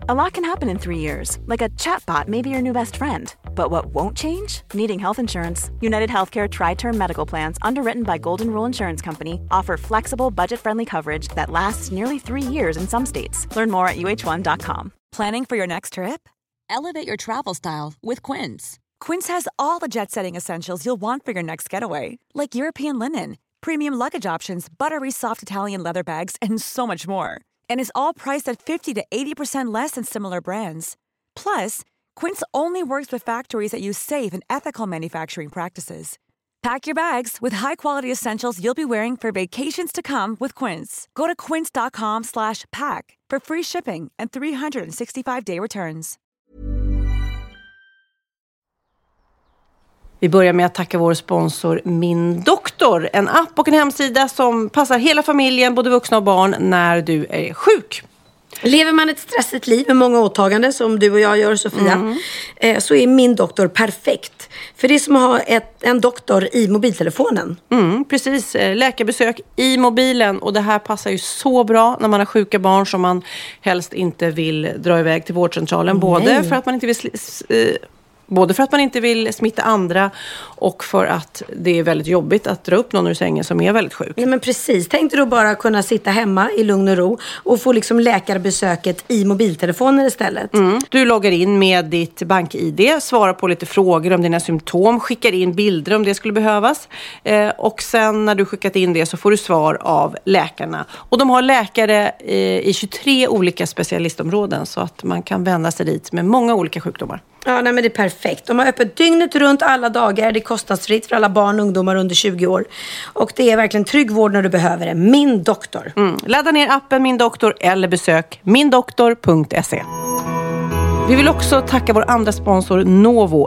A lot can happen in 3 years, like a chatbot may be your new best friend. But what won't change? Needing health insurance. United Healthcare Tri-Term Medical Plans, underwritten by Golden Rule Insurance Company, offer flexible, budget-friendly coverage that lasts nearly 3 years in some states. Learn more at uh1.com. Planning for your next trip? Elevate your travel style with Quince. Quince has all the jet-setting essentials you'll want for your next getaway, like European linen, premium luggage options, buttery soft Italian leather bags, and so much more. And is all priced at 50 to 80% less than similar brands. Plus, Quince only works with factories that use safe and ethical manufacturing practices. Pack your bags with high-quality essentials you'll be wearing for vacations to come with Quince. Go to quince.com/pack for free shipping and 365-day returns. Vi börjar med att tacka vår sponsor Min Doktor. En app och en hemsida som passar hela familjen, både vuxna och barn, när du är sjuk. Lever man ett stressigt liv med många åtaganden som du och jag gör, Sofia, så är Min Doktor perfekt. För det är som att ha en doktor i mobiltelefonen. Precis, läkarbesök i mobilen. Och det här passar ju så bra när man har sjuka barn som man helst inte vill dra iväg till vårdcentralen. Både för att man inte vill smitta andra och för att det är väldigt jobbigt att dra upp någon ur sängen som är väldigt sjuk. Ja, men precis. Tänk dig då bara kunna sitta hemma i lugn och ro och få liksom läkarbesöket i mobiltelefonen istället. Du loggar in med ditt bank-ID, svarar på lite frågor om dina symptom, skickar in bilder om det skulle behövas. Och sen när du skickat in det så får du svar av läkarna. Och de har läkare i 23 olika specialistområden så att man kan vända sig dit med många olika sjukdomar. Ja, nej, men det är perfekt. De har öppet dygnet runt alla dagar. Det är kostnadsfritt för alla barn och ungdomar under 20 år. Och det är verkligen trygg vård när du behöver det. Min Doktor. Ladda ner appen Min Doktor eller besök mindoktor.se. Vi vill också tacka vår andra sponsor Novo.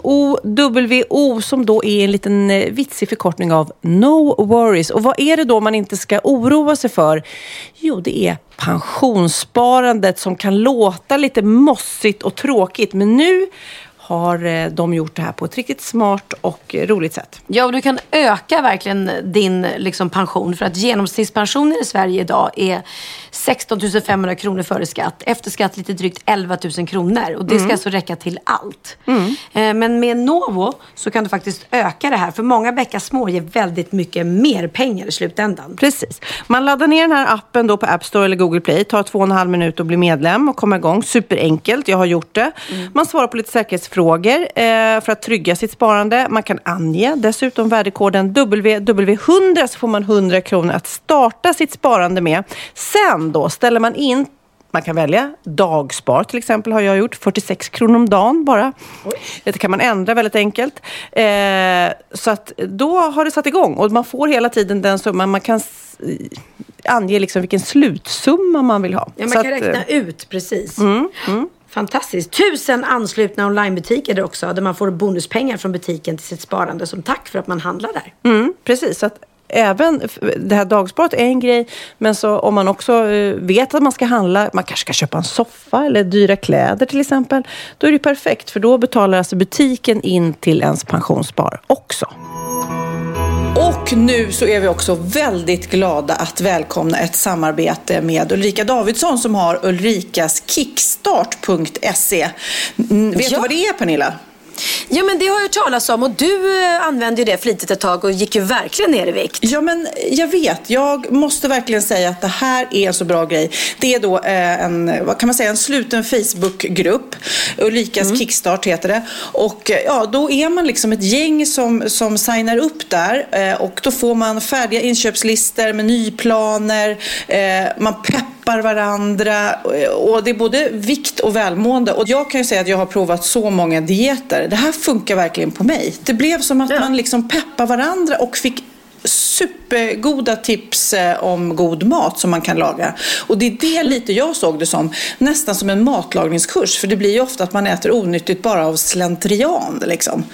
NOWO, som då är en liten vitsig förkortning av No Worries. Och vad är det då man inte ska oroa sig för? Jo, det är pensionssparandet som kan låta lite mossigt och tråkigt. Men nu har de gjort det här på ett riktigt smart och roligt sätt. Ja, och du kan öka verkligen din pension. För att genomsnittspensionen i Sverige idag är 16 500 kronor före skatt. Efter skatt lite drygt 11 000 kronor. Och det ska alltså räcka till allt. Men med Novo så kan du faktiskt öka det här. För många bäckar små ger väldigt mycket mer pengar i slutändan. Precis. Man laddar ner den här appen då på App Store eller Google Play. Tar 2,5 minuter att bli medlem och komma igång. Superenkelt, jag har gjort det. Man svarar på lite säkerhetsfrågor för att trygga sitt sparande. Man kan ange dessutom värdekoden WW100 så får man 100 kronor att starta sitt sparande med. Sen då ställer man in, man kan välja dagspar till exempel har jag gjort, 46 kronor om dagen bara. Det kan man ändra väldigt enkelt. Så att då har det satt igång och man får hela tiden den summan man kan ange vilken slutsumma man vill ha. Ja, man kan räkna ut precis. Fantastiskt. 1000 anslutna onlinebutiker där också. Där man får bonuspengar från butiken till sitt sparande som tack för att man handlar där. Precis, så att även det här dagsparet är en grej. Men så om man också vet att man ska handla, man kanske ska köpa en soffa eller dyra kläder till exempel. Då är det perfekt för då betalar alltså butiken in till ens pensionsspar också. Och nu så är vi också väldigt glada att välkomna ett samarbete med Ulrika Davidsson som har ulrikaskickstart.se. Vet du vad det är, Pernilla? Ja, men det har jag talat om och du använde ju det flitigt ett tag och gick ju verkligen ner i vikt. Ja, men jag vet. Jag måste verkligen säga att det här är en så bra grej. Det är då en sluten Facebookgrupp. Ulrikas Kickstart heter det. Och ja, då är man ett gäng som signar upp där. Och då får man färdiga inköpslistor, menyplaner. Man peppar varandra. Och det är både vikt och välmående. Och jag kan ju säga att jag har provat så många dieter. Det här funkar verkligen på mig. Det blev som att man peppar varandra och fick supergoda tips om god mat som man kan laga. Och det är det lite jag såg det som. Nästan som en matlagningskurs. För det blir ju ofta att man äter onyttigt bara av slentrian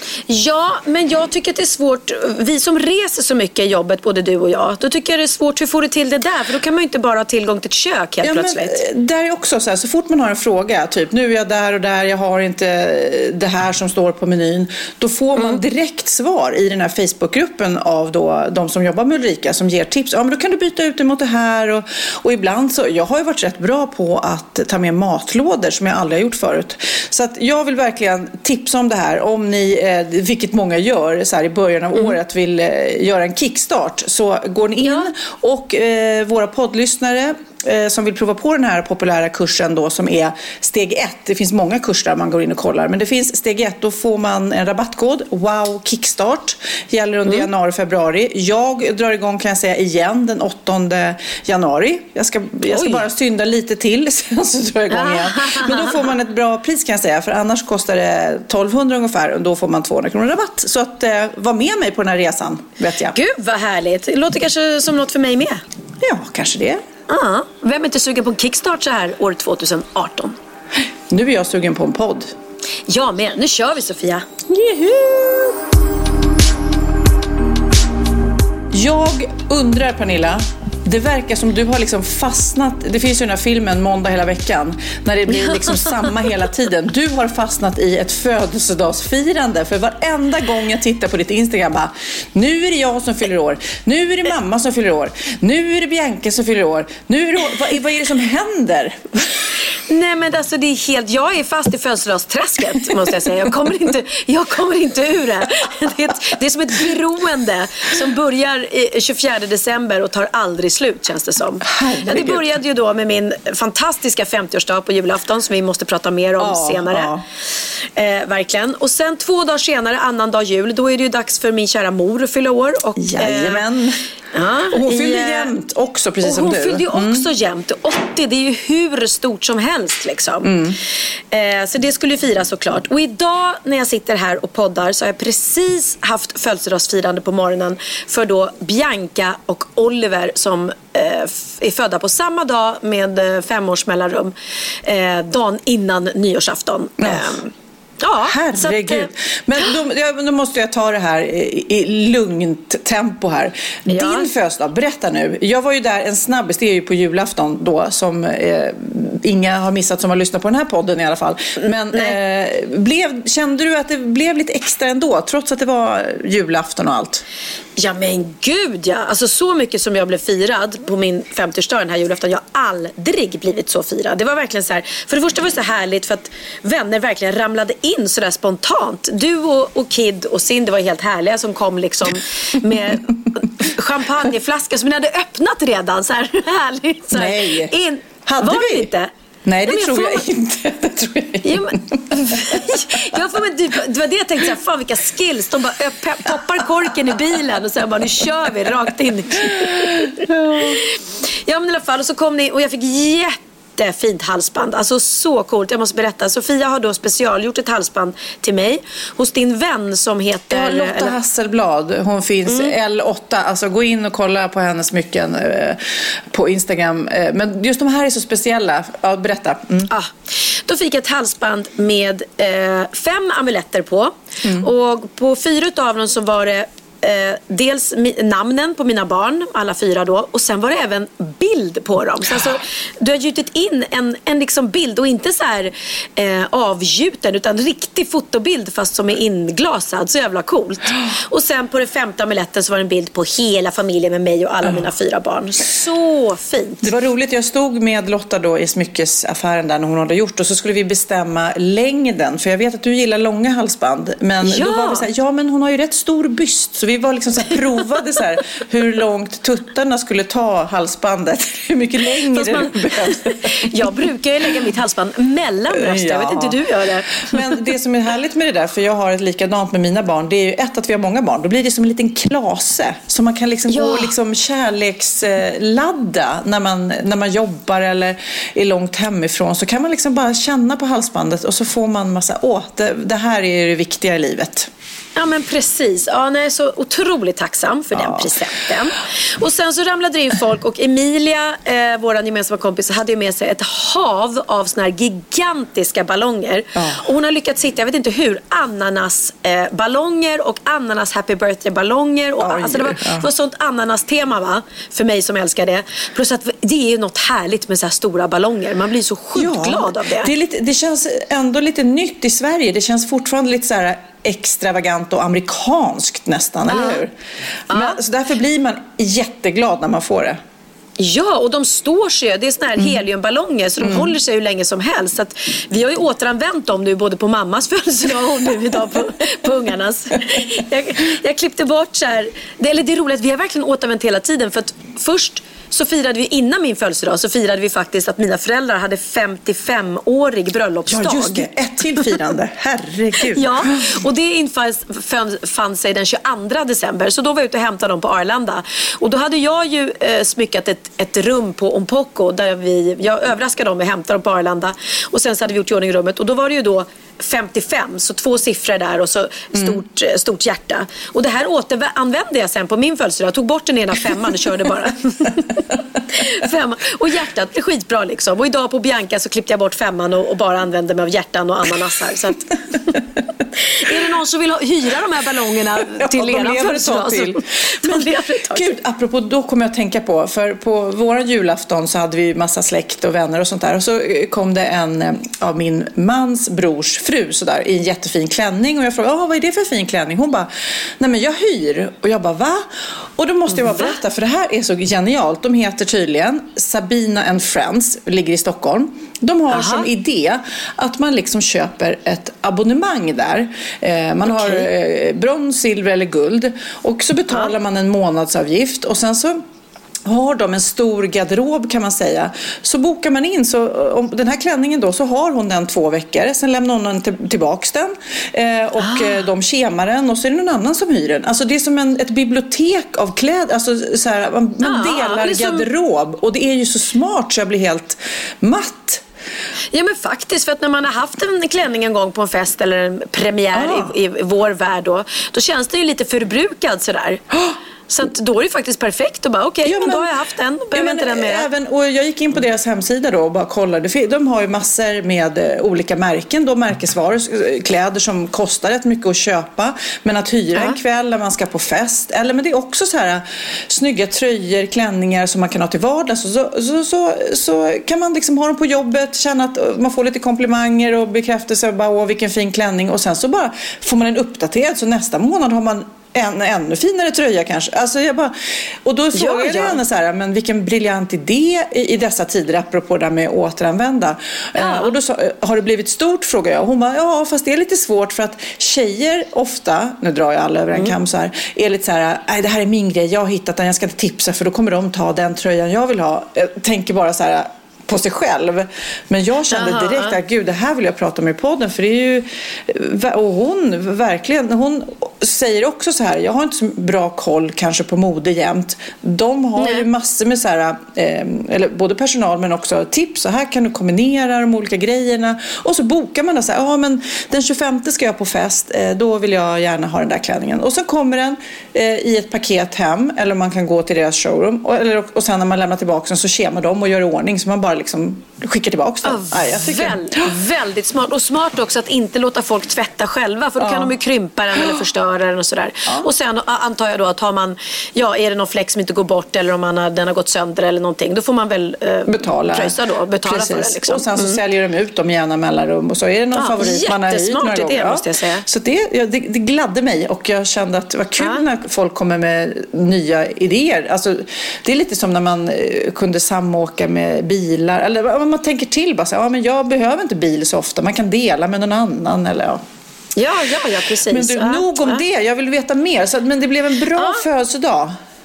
Ja, men jag tycker att det är svårt. Vi som reser så mycket i jobbet, både du och jag, då tycker jag det är svårt. Hur får du till det där? För då kan man ju inte bara ha tillgång till ett kök helt plötsligt. Men där är också så här, så fort man har en fråga, typ nu är jag där och där, jag har inte det här som står på menyn, då får man direkt svar i den här Facebookgruppen av då de som jobbar med Ulrika som ger tips. Ja, men då kan du byta ut det mot det här och ibland så, jag har ju varit rätt bra på att ta med matlådor som jag aldrig har gjort förut. Så att jag vill verkligen tipsa om det här. Om ni, vilket många gör så här i början av året, vill göra en kickstart, så går ni in och våra poddlyssnare som vill prova på den här populära kursen då, som är steg 1. Det finns många kurser där man går in och kollar, men det finns steg 1. Då får man en rabattkod, wow kickstart, gäller under januari, februari. Jag drar igång, kan jag säga igen, den 8 januari. Jag ska bara synda lite till, sen så drar jag igång igen. Men då får man ett bra pris, kan jag säga, för annars kostar det 1200 ungefär, och då får man 200 kronor rabatt. Så att var med mig på den här resan, vet jag. Gud vad härligt, det låter kanske som något för mig med. Ja, kanske det. Vem är inte sugen på en kickstart så här år 2018? Nu är jag sugen på en podd. Ja, men nu kör vi, Sofia. Jag undrar, Pernilla, det verkar som du har liksom fastnat. Det finns ju den här filmen Måndag hela veckan, när det blir liksom samma hela tiden. Du har fastnat i ett födelsedagsfirande. För varenda gång jag tittar på ditt Instagram bara, nu är det jag som fyller år, nu är det mamma som fyller år, nu är det Bianca som fyller år, nu är det vad är det som händer? Nej, men alltså det är helt, jag är fast i födelsedagsträsket, måste jag säga. Jag kommer inte ur det. Det är som ett beroende som börjar 24 december och tar aldrig slut, känns det som. Det började ju då med min fantastiska 50-årsdag på julafton, som vi måste prata mer om senare. Verkligen. Och sen 2 dagar senare, annandag jul, då är det ju dags för min kära mor att fylla år. Och, jajamän. Och hon fyllde jämt också, precis som du. Hon fyllde ju också jämt. 80, det är ju hur stort som helst liksom. Så det skulle ju firas såklart. Och idag när jag sitter här och poddar så har jag precis haft födelsedagsfirande på morgonen för då Bianca och Oliver, som är födda på samma dag med 5 års mellanrum, dagen innan nyårsafton. Ja, herregud. Men då måste jag ta det här i lugnt tempo här. Din födelsedag, berätta nu. Jag var ju där en snabbis, det är ju på julafton då, som inga har missat som har lyssnat på den här podden i alla fall. Men kände du att det blev lite extra ändå, trots att det var julafton och allt? Ja, men gud, ja. Alltså så mycket som jag blev firad på min 50-årsdag den här julafton. Jag har aldrig blivit så firad. Det var verkligen så här, för det första var det så härligt för att vänner verkligen ramlade in så där spontant. Du och Kid och Cindy var helt härliga, som kom liksom med champagneflaskor som ni hade öppnat redan. Så här härligt. Så här. Nej, hade var vi? Det inte? Nej, det tror jag inte. Det tror jag inte. Ja, men, det var det jag tänkte, så här, fan vilka skills. De bara poppar korken i bilen och sen bara, nu kör vi rakt in. Ja, men i alla fall, och så kom ni och jag fick jättefint halsband. Alltså så coolt, jag måste berätta. Sofia har då specialgjort ett halsband till mig hos din vän som heter Lotta Hasselblad. Hon finns L8. Alltså gå in och kolla på hennes smycken på Instagram. Men just de här är så speciella. Ja, berätta. Då fick jag ett halsband med 5 amuletter på. Och på 4 av dem så var det dels namnen på mina barn, alla 4 då, och sen var det även bild på dem. Så alltså, du har gjutit in en liksom bild, och inte så här avgjuten, utan riktig fotobild fast som är inglasad. Så jävla coolt. Och sen på det 5:e amuletten så var det en bild på hela familjen med mig och alla mina 4 barn. Så fint. Det var roligt, jag stod med Lotta då i smyckesaffären där när hon hade gjort, och så skulle vi bestämma längden, för jag vet att du gillar långa halsband, men då var vi så här, men hon har ju rätt stor byst, så vi var liksom så här, provade så här, hur långt tuttarna skulle ta halsbandet, hur mycket längre det behövde. Jag brukar ju lägga mitt halsband mellan brösten, jag vet inte hur du gör det. Men det som är härligt med det där, för jag har ett likadant med mina barn, det är ju att vi har många barn, då blir det som en liten klase, så man kan liksom gå och liksom kärleksladda när man jobbar eller är långt hemifrån, så kan man liksom bara känna på halsbandet, och så får man massa, det här är det viktiga i livet. Ja, men precis. Ja, nej, otroligt tacksam för den presenten. Och sen så ramlade det in folk och Emilia, vår gemensamma kompis, hade ju med sig ett hav av såna här gigantiska ballonger. Och hon har lyckats hitta, jag vet inte hur, ananasballonger och ananas happy birthday-ballonger. Och, alltså det var sånt ananas-tema, va? För mig som älskar det. Plus att det är ju något härligt med så här stora ballonger. Man blir så sjukt glad av det. Det känns ändå lite nytt i Sverige. Det känns fortfarande lite så här extravagant och amerikanskt nästan, eller hur? Men, så därför blir man jätteglad när man får det. Ja, och de står sig. Det är såna här heliumballonger, så de håller sig hur länge som helst. Så att vi har ju återanvänt dem nu, både på mammas födelsedag och nu idag på ungarnas. Jag klippte bort så här. Det är roligt, vi har verkligen återanvänt hela tiden. För att först så firade vi, innan min födelsedag, så firade vi faktiskt att mina föräldrar hade 55-årig bröllopsdag. Ja, just det. Ett till firande. Herregud. Ja, och det fann sig den 22 december. Så då var jag ute och hämtade dem på Arlanda. Och då hade jag ju smyckat ett rum på Ompoko där jag överraskade dem och hämtade dem på Arlanda. Och sen så hade vi gjort i ordning rummet. Och då var det ju då 55, så 2 siffror där och så stort hjärta. Och det här återanvände jag sen på min födelsedag. Jag tog bort den ena 5:an och körde bara 5. Och hjärtat blev skitbra liksom. Och idag på Bianca så klippte jag bort 5:an och bara använde mig av hjärtan och ananasar. Så att är det någon som vill hyra de här ballongerna till era födelsedag? Gud, apropå, då kommer jag att tänka på, för på våran julafton så hade vi massa släkt och vänner och sånt där. Och så kom det en av min mans brors fru sådär, i en jättefin klänning. Och jag frågade, vad är det för fin klänning? Hon bara, nej men jag hyr. Och jag bara, va? Och då måste jag bara berätta, för det här är så genialt. De heter tydligen Sabina and Friends, ligger i Stockholm. De har som idé att man liksom köper ett abonnemang där. Man har brons, silver eller guld. Och så betalar man en månadsavgift. Och sen så har de en stor garderob, kan man säga. Så bokar man in, så om den här klänningen då, så har hon den 2 veckor. Sen lämnar hon den tillbaks den. Och de kemar den, och så är det någon annan som hyr den. Alltså det är som ett bibliotek av kläder. Alltså så här, man delar garderob. Och det är ju så smart så jag blir helt matt. Ja, men faktiskt, för att när man har haft en klänning en gång på en fest eller en premiär i vår värld då känns det ju lite förbrukad sådär. Så att då är det faktiskt perfekt och bara okej, då har jag haft den, behöver inte den mer. Och jag gick in på deras hemsida då och bara kollade. De har ju massor med olika märken då, märkesvaror, kläder som kostar rätt mycket att köpa, men att hyra en kväll när man ska på fest. Eller men det är också så här snygga tröjor, klänningar som man kan ha till vardags. Så kan man liksom ha dem på jobbet, känna att man får lite komplimanger och bekräftelse och bara, vilken fin klänning, och sen så bara får man en uppdaterad, så nästa månad har man en ännu finare tröja kanske. Alltså och då frågade jag henne så här, men vilken briljant idé i dessa tider, apropå det med att återanvända. Och då har det blivit stort, frågade jag. Hon bara, fast det är lite svårt, för att tjejer ofta, nu drar jag alla över en kam så här, är lite så här, nej det här är min grej, jag har hittat den, jag ska inte tipsa, för då kommer de ta den tröjan jag vill ha. Jag tänker bara så här på sig själv. Men jag kände direkt att gud, det här vill jag prata om i podden, för det är ju, och hon säger också så här, jag har inte så bra koll kanske på mode jämt. De har ju massor med så här, eller både personal men också tips, så här kan du kombinera de olika grejerna, och så bokar man det så här, men den 25 ska jag på fest, då vill jag gärna ha den där klänningen, och så kommer den i ett paket hem, eller man kan gå till deras showroom, och sen när man lämnar tillbaka den så kemar de och gör i ordning, så man bara liksom skickar tillbaka den. Väldigt smart. Och smart också att inte låta folk tvätta själva, för då kan de ju krympa den eller förstöra den och sådär. Och sen antar jag då att har man, är det någon fläck som inte går bort, eller om den har gått sönder eller någonting, då får man väl betala för det liksom. Och sen så säljer de ut dem i jämna mellanrum, och så är det någon favorit man har hyrt några gånger. Måste jag säga. Så det gladde mig, och jag kände att det var kul när folk kommer med nya idéer. Alltså, det är lite som när man kunde samåka med bilar, eller man tänker till bara så, men jag behöver inte bil så ofta, man kan dela med någon annan, eller Ja, precis. Men du, nog om det, jag vill veta mer. Men det blev en bra födelsedag.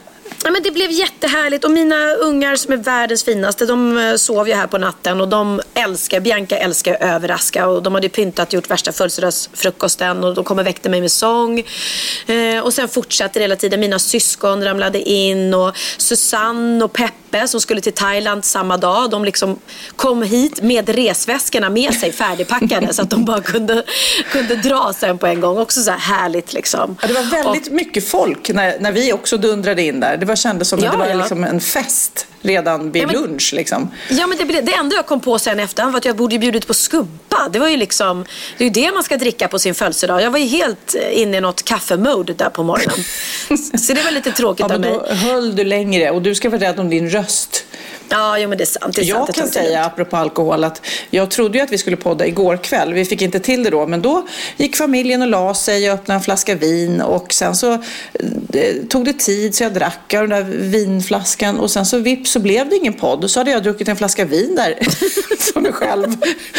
Ja, men det blev jättehärligt och mina ungar som är världens finaste, de sov ju här på natten och de Bianca älskar att överraska och de hade pyntat och gjort värsta födelsedagsfrukosten och de kom och väckte mig med sång och sen fortsatte det hela tiden. Mina syskon ramlade in och Susanne och Peppe som skulle till Thailand samma dag, de liksom kom hit med resväskorna med sig färdigpackade så att de bara kunde dra sen på en gång. Också så här härligt liksom. Ja, det var väldigt mycket folk när vi också dundrade in där. Det kändes som att det var liksom en fest redan vid lunch liksom. Ja, men det enda jag kom på sen efter var att jag borde bjudit på skumpa. Det var ju liksom, det är ju det man ska dricka på sin födelsedag. Jag var ju helt inne i något kaffemode där på morgonen. Så det var lite tråkigt av mig. Då höll du längre och du ska vara rädd om din röst. Ja, men det är sant. Jag kan säga, apropå alkohol, att jag trodde ju att vi skulle podda igår kväll. Vi fick inte till det då, men då gick familjen och la sig och öppnade en flaska vin och sen så tog det tid så jag drack av den där vinflaskan och sen så vips så blev det ingen podd och så hade jag druckit en flaska vin där för mig själv.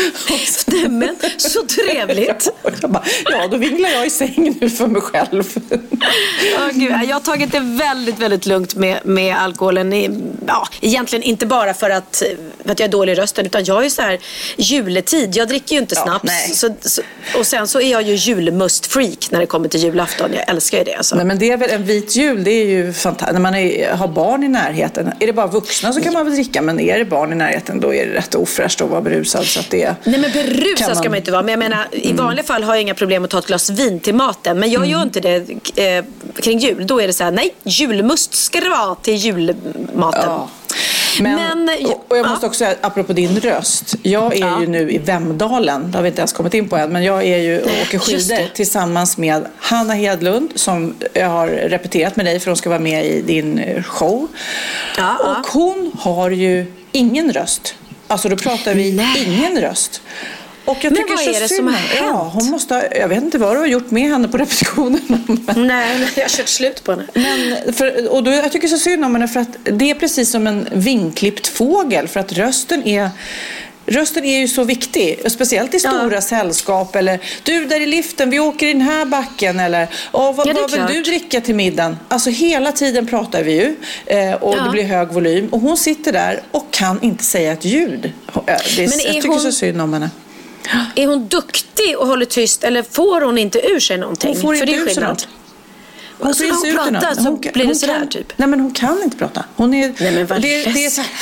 Men så trevligt. Då vinglar jag i säng nu för mig själv. Gud, jag har tagit det väldigt, väldigt lugnt med alkoholen. Egentligen inte bara för att jag är dålig i rösten, utan jag är så här juletid. Jag dricker ju inte snaps. Och sen så är jag ju julmust-freak när det kommer till julafton. Jag älskar ju det. Alltså. Nej, men det är väl en vit jul, det är ju fantastiskt. När man har barn i närheten. Är det bara vuxna så kan man väl dricka, men är det barn i närheten då är det rätt ofräscht att vara berusad. Så att det Nej, men berusad ska man inte vara. Men jag menar, i vanliga fall har jag inga problem att ta ett glas vin till maten. Men jag gör inte det kring jul. Då är det så här, nej, julmust ska det vara till julmaten. Ja. Men och jag måste också säga, apropå din röst, jag är ju nu i Vemdalen, det har vi inte ens kommit in på än, men jag är ju och åker skidor tillsammans med Hanna Hedlund som jag har repeterat med dig för hon ska vara med i din show. Och hon har ju ingen röst. Alltså då pratar vi ingen röst. Och jag tycker vad är det som har hänt? Hon måste, jag vet inte vad du har gjort med henne på repetitionerna. Nej, jag har kört slut på henne. Men jag tycker så synd om henne för att det är precis som en vinklippt fågel. För att rösten är ju så viktig. Speciellt i stora sällskap. Eller du där i liften, vi åker i den här backen. Eller vad vill du dricka till middagen? Alltså hela tiden pratar vi ju. Och det blir hög volym. Och hon sitter där och kan inte säga ett ljud. Jag tycker så synd om henne. Är hon duktig och håller tyst eller får hon inte ur sig någonting? Hon får inte ur sig något. Hon pratar så blir det sådär typ. Nej, men hon kan inte prata. Hon är, det är så här.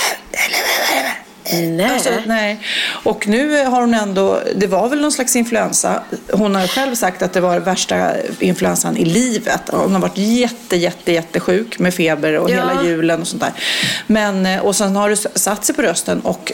Nej. Alltså, nej. Och nu har hon ändå, det var väl någon slags influensa. Hon har själv sagt att det var värsta influensan i livet. Hon har varit jättesjuk med feber och hela julen och sånt där. Men, och sen har det satt sig på rösten och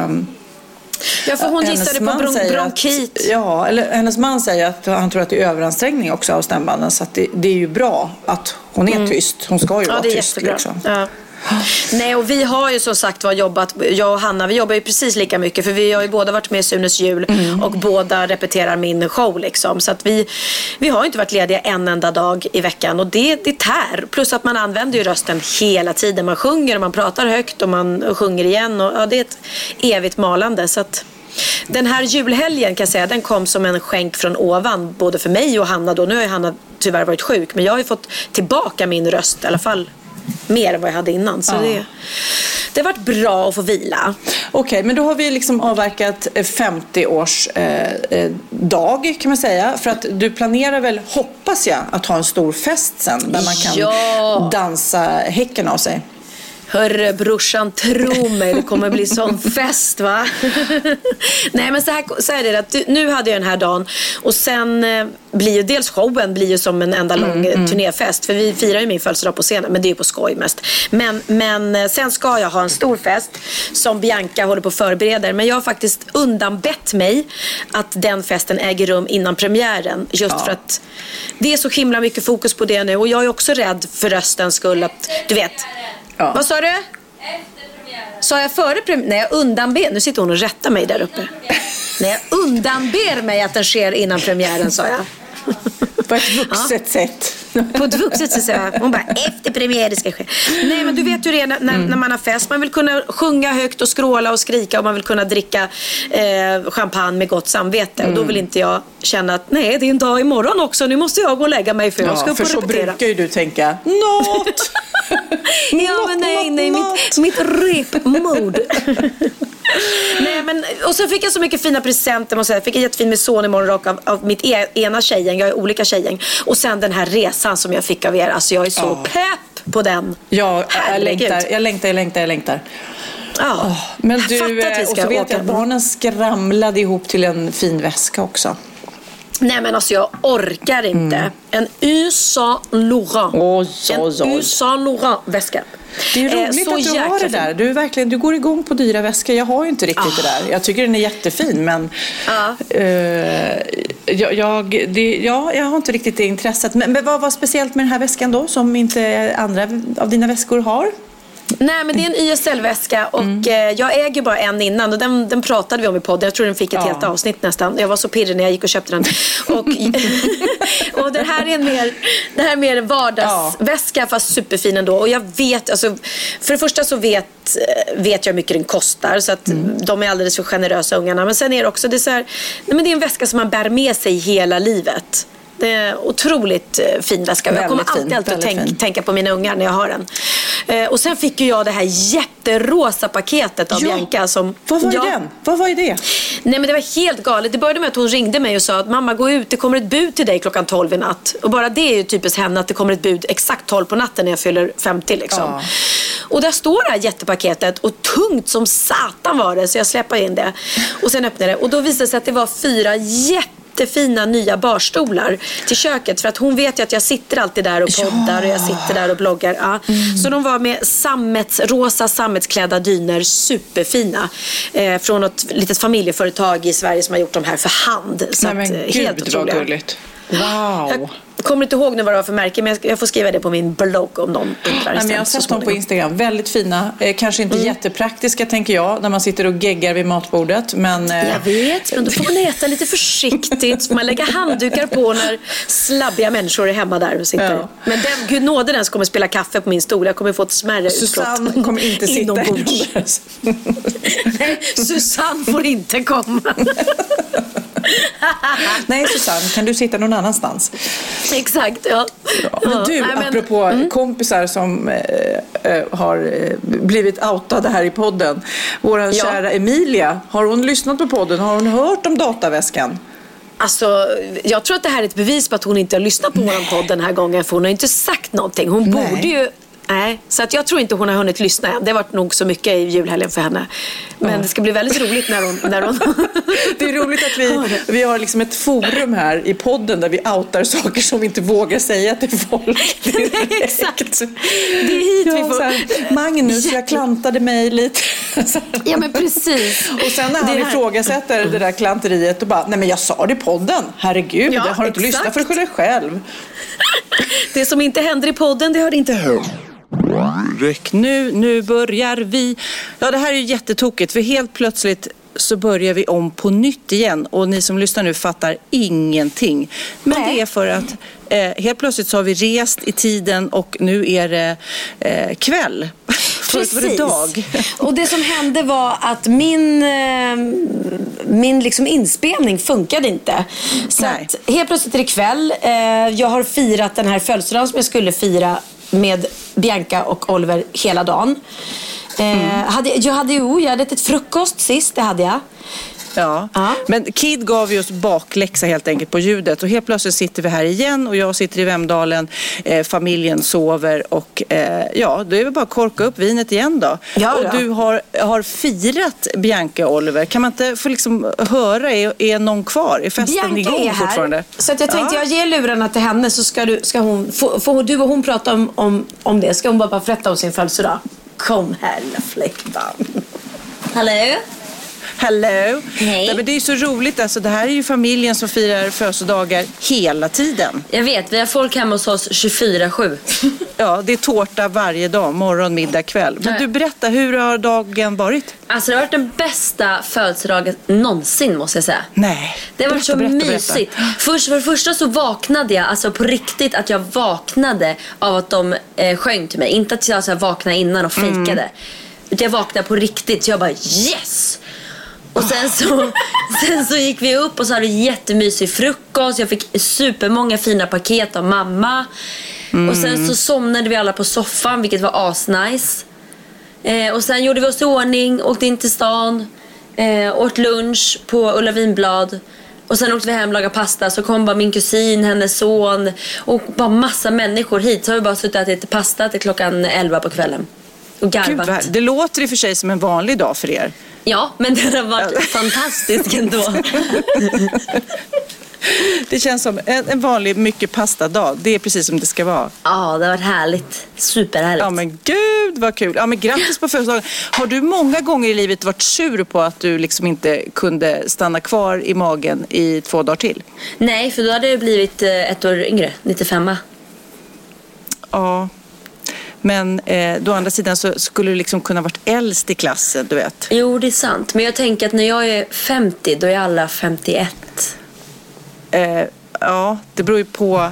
för hon gissade på bronkit. Hennes man säger att han tror att det är överansträngning också av stämbanden. Så att det är ju bra att hon är tyst. Hon ska ju vara tyst liksom. Ja. Nej, och vi har ju som sagt jobbat, jag och Hanna, vi jobbar ju precis lika mycket för vi har ju båda varit med i Sunes jul och båda repeterar min show liksom, så att vi har inte varit lediga en enda dag i veckan och det tär, plus att man använder ju rösten hela tiden, man sjunger och man pratar högt och man sjunger igen och det är ett evigt malande, så att den här julhelgen kan jag säga, den kom som en skänk från ovan både för mig och Hanna då. Nu har ju Hanna tyvärr varit sjuk, men jag har ju fått tillbaka min röst i alla fall mer än vad jag hade innan. Så det har varit bra att få vila. Okej, men då har vi liksom avverkat 50-års dag kan man säga. För att du planerar väl, hoppas jag, att ha en stor fest sen där man kan dansa häcken av sig. Hörre brorsan, tro mig, det kommer bli sån fest, va? Nej, men så är det att nu hade jag den här dagen och sen blir ju dels showen blir ju som en enda lång turnéfest, för vi firar ju min födelsedag på scenen, men det är ju på skoj mest. Men sen ska jag ha en stor fest som Bianca håller på att förbereda, men jag har faktiskt undanbett mig att den festen äger rum innan premiären, just för att det är så himla mycket fokus på det nu och jag är också rädd för röstens skull att, du vet. Ja. Vad sa du? Efter premiären. Sa jag före premiären? Nej, jag undanber. Nu sitter hon och rättar mig där uppe. Nej, jag undanber mig att den sker innan premiären, sa jag. På ett vuxet sätt. På ett vuxet sätt, sa jag. Hon bara, efter premiären ska ske. Nej, men du vet ju det när man har fest. Man vill kunna sjunga högt och skråla och skrika och man vill kunna dricka champagne med gott samvete. Och då vill inte jag känna att nej, det är en dag imorgon också. Nu måste jag gå och lägga mig för jag ska upp och repetera. För så brukar ju du tänka, något. Ja, men nej, mitt repmode. Nej, men och så fick jag så mycket fina presenter, måste jag säga. Jag fick en jättefin med son i morgonrock av mitt ena tjejgäng. Jag har olika tjejgäng. Och sen den här resan som jag fick av er. Alltså jag är så pepp på den. Ja, jag längtar. Ja. Men du, och så vet jag att barnen skramlade ihop till en fin väska också. Nej, men alltså jag orkar inte. En Yves Saint Laurent. En Yves Saint Laurent väska. Det är roligt att du har det där. Du går igång på dyra väskor. Jag har ju inte riktigt det där. Jag tycker den är jättefin, men jag har inte riktigt det intresset. Men vad var speciellt med den här väskan då, som inte andra av dina väskor har? Nej, men det är en YSL-väska och jag äger bara en innan och den pratade vi om i podden. Jag tror den fick ett helt avsnitt nästan. Jag var så pirrig när jag gick och köpte den. Och det här är mer en vardagsväska, fast superfin ändå. Och jag vet, alltså, för det första så vet jag hur mycket den kostar, så att de är alldeles för generösa, ungarna. Men sen är det också, det är så här, nej, men det är en väska som man bär med sig hela livet. Det är otroligt fin väska. Jag kommer alltid att tänka på mina ungar när jag har den. Och sen fick ju jag det här jätterosa paketet av Bianca. Vad var det? Nej, men det var helt galet. Det började med att hon ringde mig och sa att mamma, gå ut, det kommer ett bud till dig 12:00 i natt. Och bara det är ju typiskt henne, att det kommer ett bud exakt 12 på natten när jag fyller 50 liksom. Och där står det här jättepaketet, och tungt som satan var det, så jag släppade in det. Och sen öppnade det, och då visade det sig att det var 4 jättefina nya barstolar till köket, för att hon vet ju att jag sitter alltid där och poddar och jag sitter där och bloggar. Så de var med rosa sammetsklädda dyner, superfina, från ett litet familjeföretag i Sverige som har gjort de här för hand. Så nej, men helt gud, vad gulligt. Wow. Jag kommer inte ihåg nu vad det var för märke, men jag får skriva det på min blogg om någon undrar. Nej, men jag har sett dem på Instagram, väldigt fina, kanske inte jättepraktiska tänker jag, när man sitter och geggar vid matbordet, men jag vet, men då får man äta lite försiktigt. Man lägger handdukar på när slabbiga människor är hemma där och sitter. Men gud nåde den som kommer spela kaffe på min stol. Jag kommer få ett smärre utbrott. Susanne kommer inte sitta Nej, Susanne får inte komma. Nej, Susanne, kan du sitta någon annanstans? Exakt, ja. Men du, apropå kompisar som har blivit outade här i podden. Våran kära Emilia, har hon lyssnat på podden? Har hon hört om dataväskan? Alltså, jag tror att det här är ett bevis på att hon inte har lyssnat på våran podd den här gången, för hon har inte sagt någonting. Hon borde ju... Nej, så att jag tror inte hon har hunnit lyssna än. Det har varit nog så mycket i julhelgen för henne. Men det ska bli väldigt roligt när hon... Det är roligt att vi har liksom ett forum här i podden där vi outar saker som vi inte vågar säga till folk. Exakt. Det är hit vi får... Så här, Magnus, jag klantade mig lite. Ja, men precis. Och sen när han ifrågasätter det där klanteriet och bara, nej men jag sa det i podden. Herregud, jag har inte lyssnat för dig själv. Det som inte händer i podden, det har det inte hört. Nu börjar vi. Ja, det här är ju jättetokigt, för helt plötsligt så börjar vi om på nytt igen, och ni som lyssnar nu fattar ingenting. Men det är för att helt plötsligt så har vi rest i tiden och nu är det kväll. Förut var det dag. Och det som hände var att min liksom inspelning funkade inte. Så att helt plötsligt är det kväll. Jag har firat den här födelsedagen som jag skulle fira med Bianca och Oliver hela dagen. Jag hade ätit frukost sist, det hade jag. Ja, men Kid gav ju oss bakläxa helt enkelt på ljudet, och helt plötsligt sitter vi här igen och jag sitter i Vemdalen, familjen sover och då är vi bara korka upp vinet igen då. Och du har firat Bianca och Oliver. Kan man inte få liksom höra, är någon kvar? Är festen Bianca igång är här, fortfarande? så att jag tänkte jag ger lurarna till henne, så ska hon får du och hon prata om det. Ska hon bara berätta om sin födelsedag? Kom här, lilla fläckbarn. Hallå? Hallå. Hej. Nej, men det är ju så roligt, alltså, det här är ju familjen som firar födelsedagar hela tiden. Jag vet, vi har folk hemma hos oss 24/7. Ja, det är tårta varje dag, morgon, middag, kväll. Men du, berätta, hur har dagen varit? Alltså det har varit den bästa födelsedagen någonsin, måste jag säga. Nej. Det har varit så mysigt. För det första så vaknade jag, alltså på riktigt, att jag vaknade av att de sjöng till mig. Inte att jag vaknade innan och fikade. Utan jag vaknade på riktigt, så jag bara yes! Och sen så gick vi upp och så hade vi jättemysig frukost. Jag fick supermånga fina paket av mamma. Och sen så somnade vi alla på soffan, vilket var asnice. Och sen gjorde vi oss i ordning, åkte in till stan, åt lunch på Ulla Vinblad. Och sen åkte vi hem och lagade pasta. Så kom bara min kusin, hennes son och bara massa människor hit. Så har vi bara suttit och ätit pasta till klockan 11 på kvällen. Och garvat. Gud, det låter i och för sig som en vanlig dag för er. Ja, men den har varit fantastisk ändå. Det känns som en vanlig mycket pastadag. Det är precis som det ska vara. Ja, det har varit härligt. Superhärligt. Ja, men gud vad kul. Ja, men grattis på födelsedagen. Har du många gånger i livet varit sur på att du liksom inte kunde stanna kvar i magen i 2 dagar till? Nej, för då hade jag blivit 1 år yngre, 95. Ja. Men då å andra sidan så skulle du liksom kunna varit äldst i klassen, du vet. Jo, det är sant. Men jag tänker att när jag är 50, då är alla 51. Ja, det beror ju på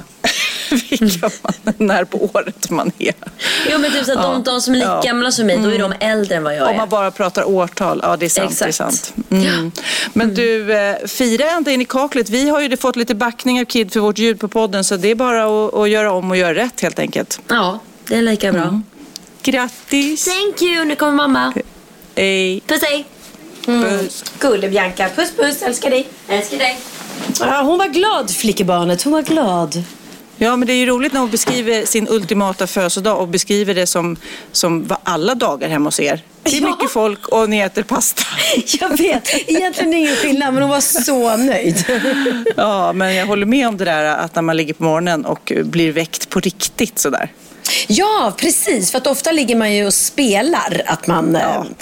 när på året man är. Jo, men typ så att de som är lika gamla som mig, då är de äldre än vad jag är. Om man bara pratar årtal, ja det är sant. Exakt. Det är sant. Men du, fira ända in i kaklet. Vi har ju fått lite backning av Kid för vårt ljud på podden, så det är bara att göra om och göra rätt helt enkelt. Ja, det är lika bra. Grattis! Thank you, nu kommer mamma. Hej! Puss, hej! Puss! Gulle Bianca, puss puss, älskar dig. Älskar dig. Ja, hon var glad, flickebarnet, hon var glad. Ja, men det är ju roligt när hon beskriver sin ultimata födelsedag och beskriver det som var alla dagar hemma hos er. Det är mycket folk och ni äter pasta. Jag vet, egentligen ingen skillnad, men hon var så nöjd. Ja, men jag håller med om det där att när man ligger på morgonen och blir väckt på riktigt sådär. Ja, precis. För att ofta ligger man ju och spelar att man...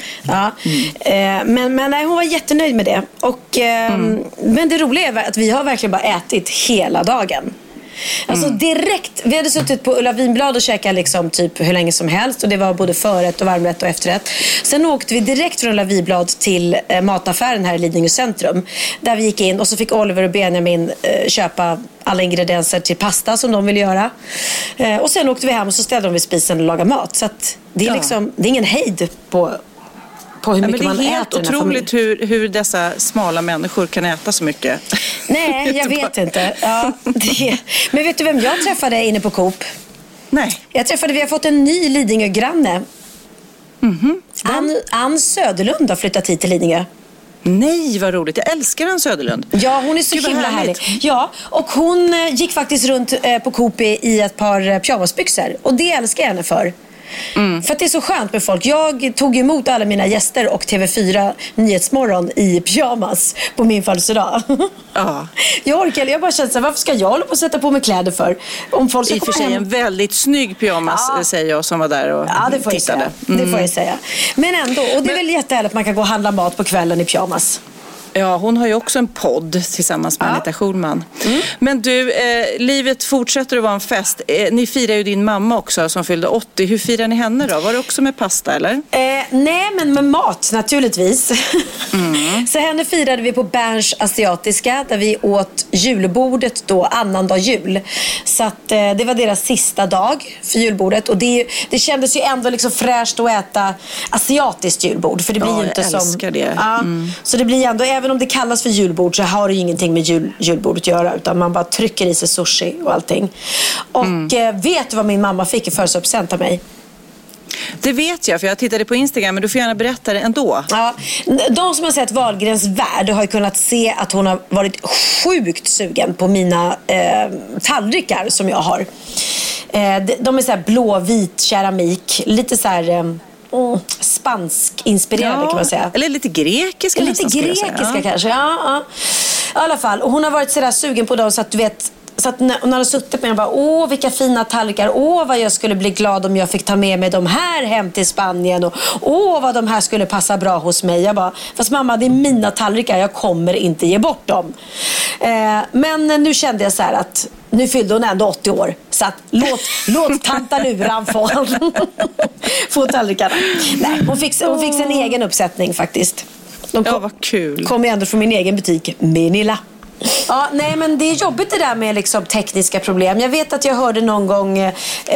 Men nej, hon var jättenöjd med det. Och, men det roliga är att vi har verkligen bara ätit hela dagen. Alltså direkt, vi hade suttit på Ulla Vinblad och käkat liksom typ hur länge som helst. Och det var både förrätt och varmrätt och efterrätt. Sen åkte vi direkt från Ulla Vinblad till mataffären här i Lidingö centrum. Där vi gick in och så fick Oliver och Benjamin köpa alla ingredienser till pasta som de ville göra. Och sen åkte vi hem och så ställde de vid spisen och lagade mat. Så att det är liksom, det är ingen hejd på hur mycket man äter. Det är helt otroligt hur dessa smala människor kan äta så mycket. Nej, jag vet inte. Ja, men vet du vem jag träffade inne på Coop? Nej. Vi har fått en ny Lidingö-granne. Ann Söderlund har flyttat hit till Lidingö. Nej, vad roligt. Jag älskar Ann Söderlund. Ja, hon är så himla härlig. Ja, och hon gick faktiskt runt på Coop i ett par pyjamasbyxor. Och det älskar jag henne för. För att det är så skönt med folk. Jag tog emot alla mina gäster och TV4 Nyhetsmorgon i pyjamas på min födelsedag. Ja. Jag bara kände så här, varför ska jag hålla på att sätta på mig kläder för? Om folk ska i och för sig en väldigt snygg pyjamas, säger jag som var där och det får tittade. Det får jag säga. Men ändå, och det är väl jättehärligt att man kan gå och handla mat på kvällen i pyjamas. Ja, hon har ju också en podd tillsammans med Anita Schulman. Men du, livet fortsätter att vara en fest. Ni firar ju din mamma också som fyllde 80. Hur firar ni henne då? Var det också med pasta eller? Nej, men med mat naturligtvis. Så henne firade vi på Berns asiatiska där vi åt julbordet då, annandag jul. Så att det var deras sista dag för julbordet. Och det kändes ju ändå liksom fräscht att äta asiatiskt julbord. För det blir ju inte som... Jag älskar det. Så det blir ändå, även om det kallas för julbord så har det ju ingenting med julbordet att göra, utan man bara trycker i sig sushi och allting. Och vet du vad min mamma fick i födelsedagspresent av mig? Det vet jag, för jag tittade på Instagram, men du får gärna berätta det ändå. Ja, de som har sett Wahlgrens värld har ju kunnat se att hon har varit sjukt sugen på mina tallrikar som jag har. De är så här blåvit keramik, lite så här... spansk inspirerade kan man säga. Eller lite grekiska. Lite grekiska kanske, ja. I alla fall, och hon har varit sådär sugen på dem så att du vet, så att när hon hade suttit med dem bara, vilka fina tallrikar, vad jag skulle bli glad om jag fick ta med mig de här hem till Spanien och vad de här skulle passa bra hos mig. Jag bara, fast mamma, det är mina tallrikar, jag kommer inte ge bort dem. Men nu kände jag så här att nu fyllde hon ändå 80 år. Så att låt tantaluran få tallrikarna. Nej, hon fick sin egen uppsättning faktiskt. Vad kul. Kom ju ändå från min egen butik, Minilla. Ja, nej, men det är jobbigt det där med liksom tekniska problem. Jag vet att jag hörde någon gång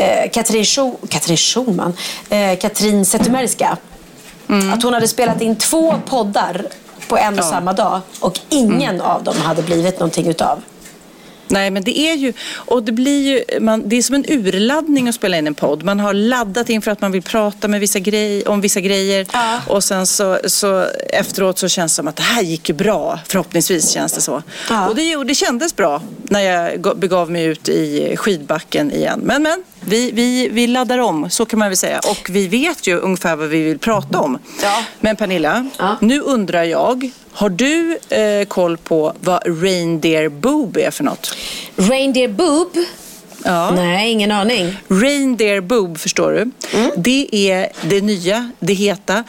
Katrin Zetterbergska att hon hade spelat in 2 poddar på en och samma dag och ingen av dem hade blivit någonting utav. Nej, men det är ju, och det blir ju, det är som en urladdning att spela in en podd. Man har laddat in för att man vill prata med om vissa grejer. Ja. Och sen så efteråt så känns det som att det här gick ju bra. Förhoppningsvis känns det så. Ja. Och det kändes bra när jag begav mig ut i skidbacken igen. Men vi laddar om, så kan man väl säga. Och vi vet ju ungefär vad vi vill prata om. Ja. Men Pernilla, nu undrar jag, har du koll på vad reindeer boob är för något? Reindeer boob? Ja. Nej, ingen aning. Reindeer boob, förstår du? Det är det nya, det heta.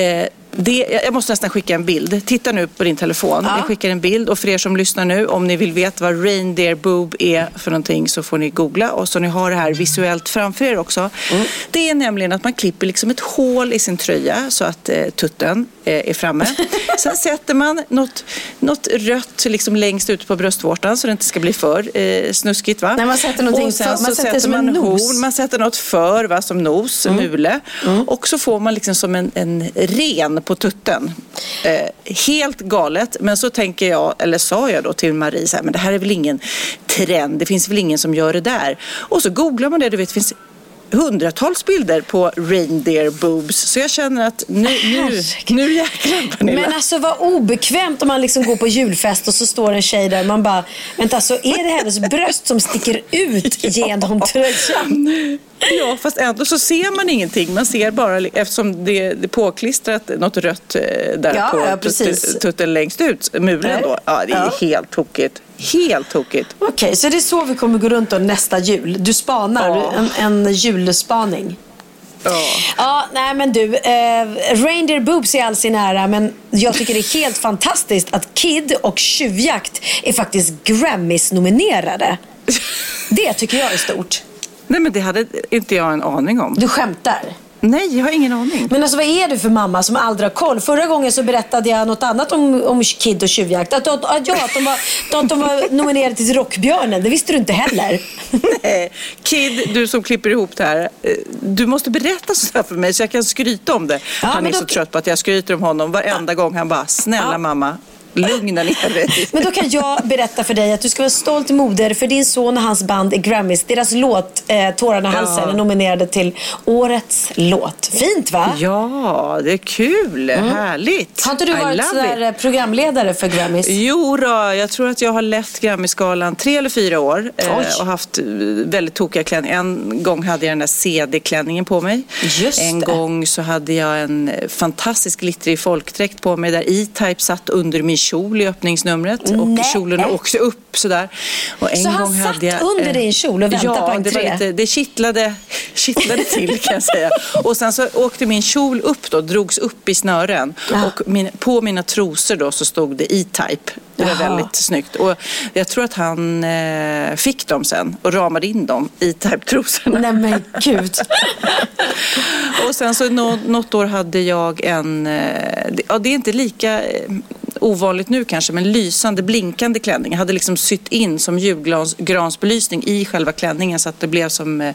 Jag måste nästan skicka en bild. Titta nu på din telefon. Ja. Jag skickar en bild, och för er som lyssnar nu, om ni vill veta vad reindeer boob är för någonting, så får ni googla, och så ni har det här visuellt framför er också. Det är nämligen att man klipper liksom ett hål i sin tröja så att tutten är framme. Sen sätter man något rött liksom längst ut på bröstvårtan så det inte ska bli för snuskigt, va? Nej, man sätter någonting, och sen så sätter man horn, man sätter något för, va, som nos, mule. Och så får man liksom som en ren på tutten. Helt galet, men så tänker jag, eller sa jag då till Marie så här, men det här är väl ingen trend, det finns väl ingen som gör det där. Och så googlar man det, du vet, det finns hundratals bilder på reindeer boobs, så jag känner att nu jäklar, Pernilla. Men alltså vad obekvämt om man liksom går på julfest och så står en tjej där och man bara, vänta, så är det hennes bröst som sticker ut genom tröjan? Ja, fast ändå så ser man ingenting. Man ser bara, eftersom det är påklistrat något rött där på tutten längst ut, muren då. Ja, det är helt tokigt. Helt tokigt. Okej, så det är så vi kommer gå runt då nästa jul. Du spanar en julspaning. Ja, nej men du, reindeer boobs är all sin ära, men jag tycker det är helt fantastiskt att Kid och Tjuvjakt är faktiskt Grammys-nominerade. Det tycker jag är stort. Nej, men det hade inte jag en aning om. Du skämtar? Nej, jag har ingen aning. Men alltså, vad är du för mamma som aldrig har koll? Förra gången så berättade jag något annat om Kid och Tjuvjakt. Att de var nominerade till Rockbjörnen. Det visste du inte heller. Nej, Kid, du som klipper ihop det här, du måste berätta sådär för mig så jag kan skryta om det. Ja, han är så trött på att jag skryter om honom varenda gång. Han bara, snälla mamma, lugna ner dig. Men då kan jag berätta för dig att du ska vara stolt moder, för din son och hans band i Grammys. Deras låt Tårarna i halsen är nominerade till årets låt. Fint, va? Ja, det är kul. Härligt. Har inte du varit sådär programledare för Grammys? Jo då, jag tror att jag har lett Grammy-skalan 3 eller 4 år och haft väldigt tokiga klänningar. En gång hade jag den där CD-klänningen på mig. Just en gång så hade jag en fantastisk glittrig folkdräkt på mig där E-Type satt under min kjol i öppningsnumret. Och kjolen åkte upp sådär. Och en så gång han hade satt under din kjol och väntade på entré? Det kittlade till, kan jag säga. Och sen så åkte min kjol upp då, drogs upp i snören. Och på mina trosor då så stod det E-Type. Det var väldigt snyggt. Och jag tror att han fick dem sen och ramade in dem i E-Type-trosorna. Nej men gud. Och sen så något år hade jag det är inte lika ovanligt nu kanske, men lysande, blinkande klänning. Jag hade liksom sytt in som julgransbelysning i själva klänningen så att det blev som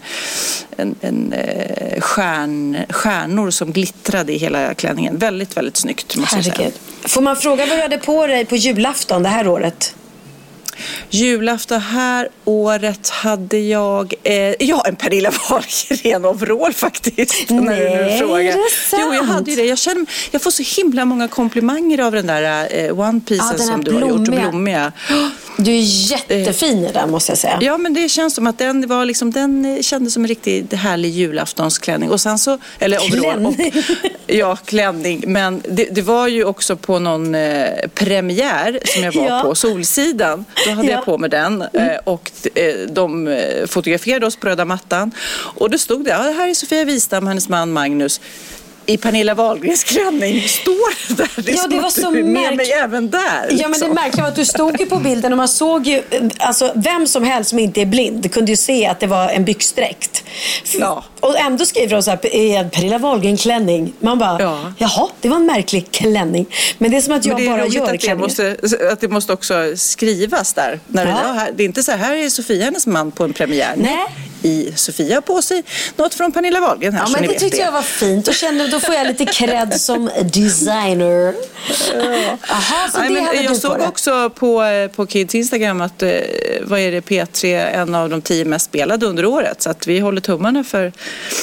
stjärnor som glittrade i hela klänningen. Väldigt, väldigt snyggt, måste jag säga. Får man fråga vad du hade på dig på julafton det här året? Julafton här året hade jag en Pernilla Wahlgren-overall faktiskt. Nej, när du frågar. Jo, jag hade ju det. Jag får så himla många komplimanger av den där one-piecen som du har gjort, och blommiga. Du är jättefin i den, måste jag säga. Ja, men det känns som att den var liksom, den kändes som en riktigt härlig julaftonsklänning. Och sen så, eller overall. Klänning. Men det var ju också på någon premiär som jag var på, Solsidan. Då hade jag på med den och de fotograferade oss på röda mattan. Och då stod det, här är Sofia Wistam och hennes man Magnus i Pernilla Wahlgrens klänning. Står det där? Det var så med mig även där. Liksom. Ja, men det märkliga var att du stod ju på bilden och man såg ju, alltså vem som helst som inte är blind kunde ju se att det var en byxdräkt. Ja. Och ändå skriver de så här, Pernilla Wahlgren klänning. Man bara, jaha, det var en märklig klänning. Men det är som att jag bara gör klänningen. Att det måste också skrivas där. När det är inte så här är Sofia hennes man på en premiär. Nej. i Sofia på sig något från Pernilla Wahlgren här. Ja, men det tyckte jag var fint och kände då får jag lite cred som designer. Aha, så det hade jag såg också på Kids Instagram att vad är det, P3 en av de 10 mest spelade under året, så att vi håller tummarna för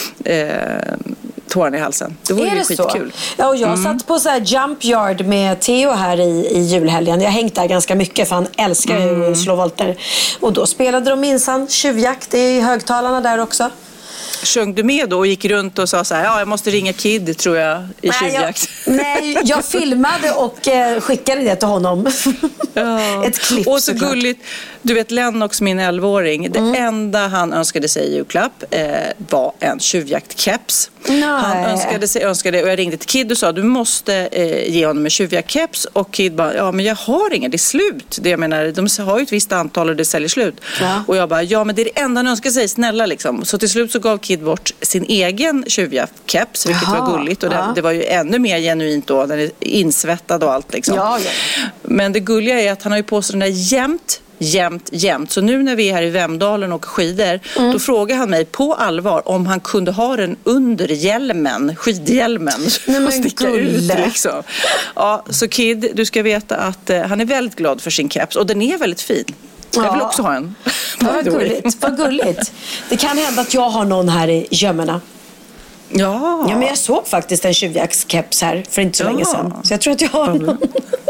tårn i halsen. Det vore ju skitkul. Ja, och jag satt på så här jump yard med Theo här i julhelgen. Jag hängt där ganska mycket för han älskar ju att slå volter. Och då spelade de minsann tjuvjakt i högtalarna där också. Sjöng du med då och gick runt och sa så här, ja, jag måste ringa Kid, tror jag, i tjuvjakt? Nej, jag filmade och skickade det till honom. Ja. Ett klipp. Och så gulligt. Du vet, Lennox, min 11-åring, det enda han önskade sig i julklapp var en tjuvjaktkeps. Han önskade, och jag ringde till Kid och sa, du måste ge honom en tjuvjaktkeps. Och Kid bara, ja men jag har ingen, det är slut. Det, jag menar, de har ju ett visst antal och det säljer slut. Ja. Och jag bara, ja men det är det enda han önskar sig, snälla liksom. Så till slut så gav Kid bort sin egen tjuvjaktkeps, vilket var gulligt. Och det var ju ännu mer genuint då, den är insvettad och allt liksom. Ja. Men det gulliga är att han har ju på sig den där jämt. Så nu när vi är här i Vemdalen och åker skidor, då frågar han mig på allvar om han kunde ha den under hjälmen, skidhjälmen, och sticka ut liksom. Ja, så Kid, du ska veta att han är väldigt glad för sin keps och den är väldigt fin. Jag vill också ha en. Vad gulligt. Det kan hända att jag har någon här i gömmorna. Ja, men jag såg faktiskt en tjuvjaktskeps här för inte så länge sedan. Så jag tror att jag har någon.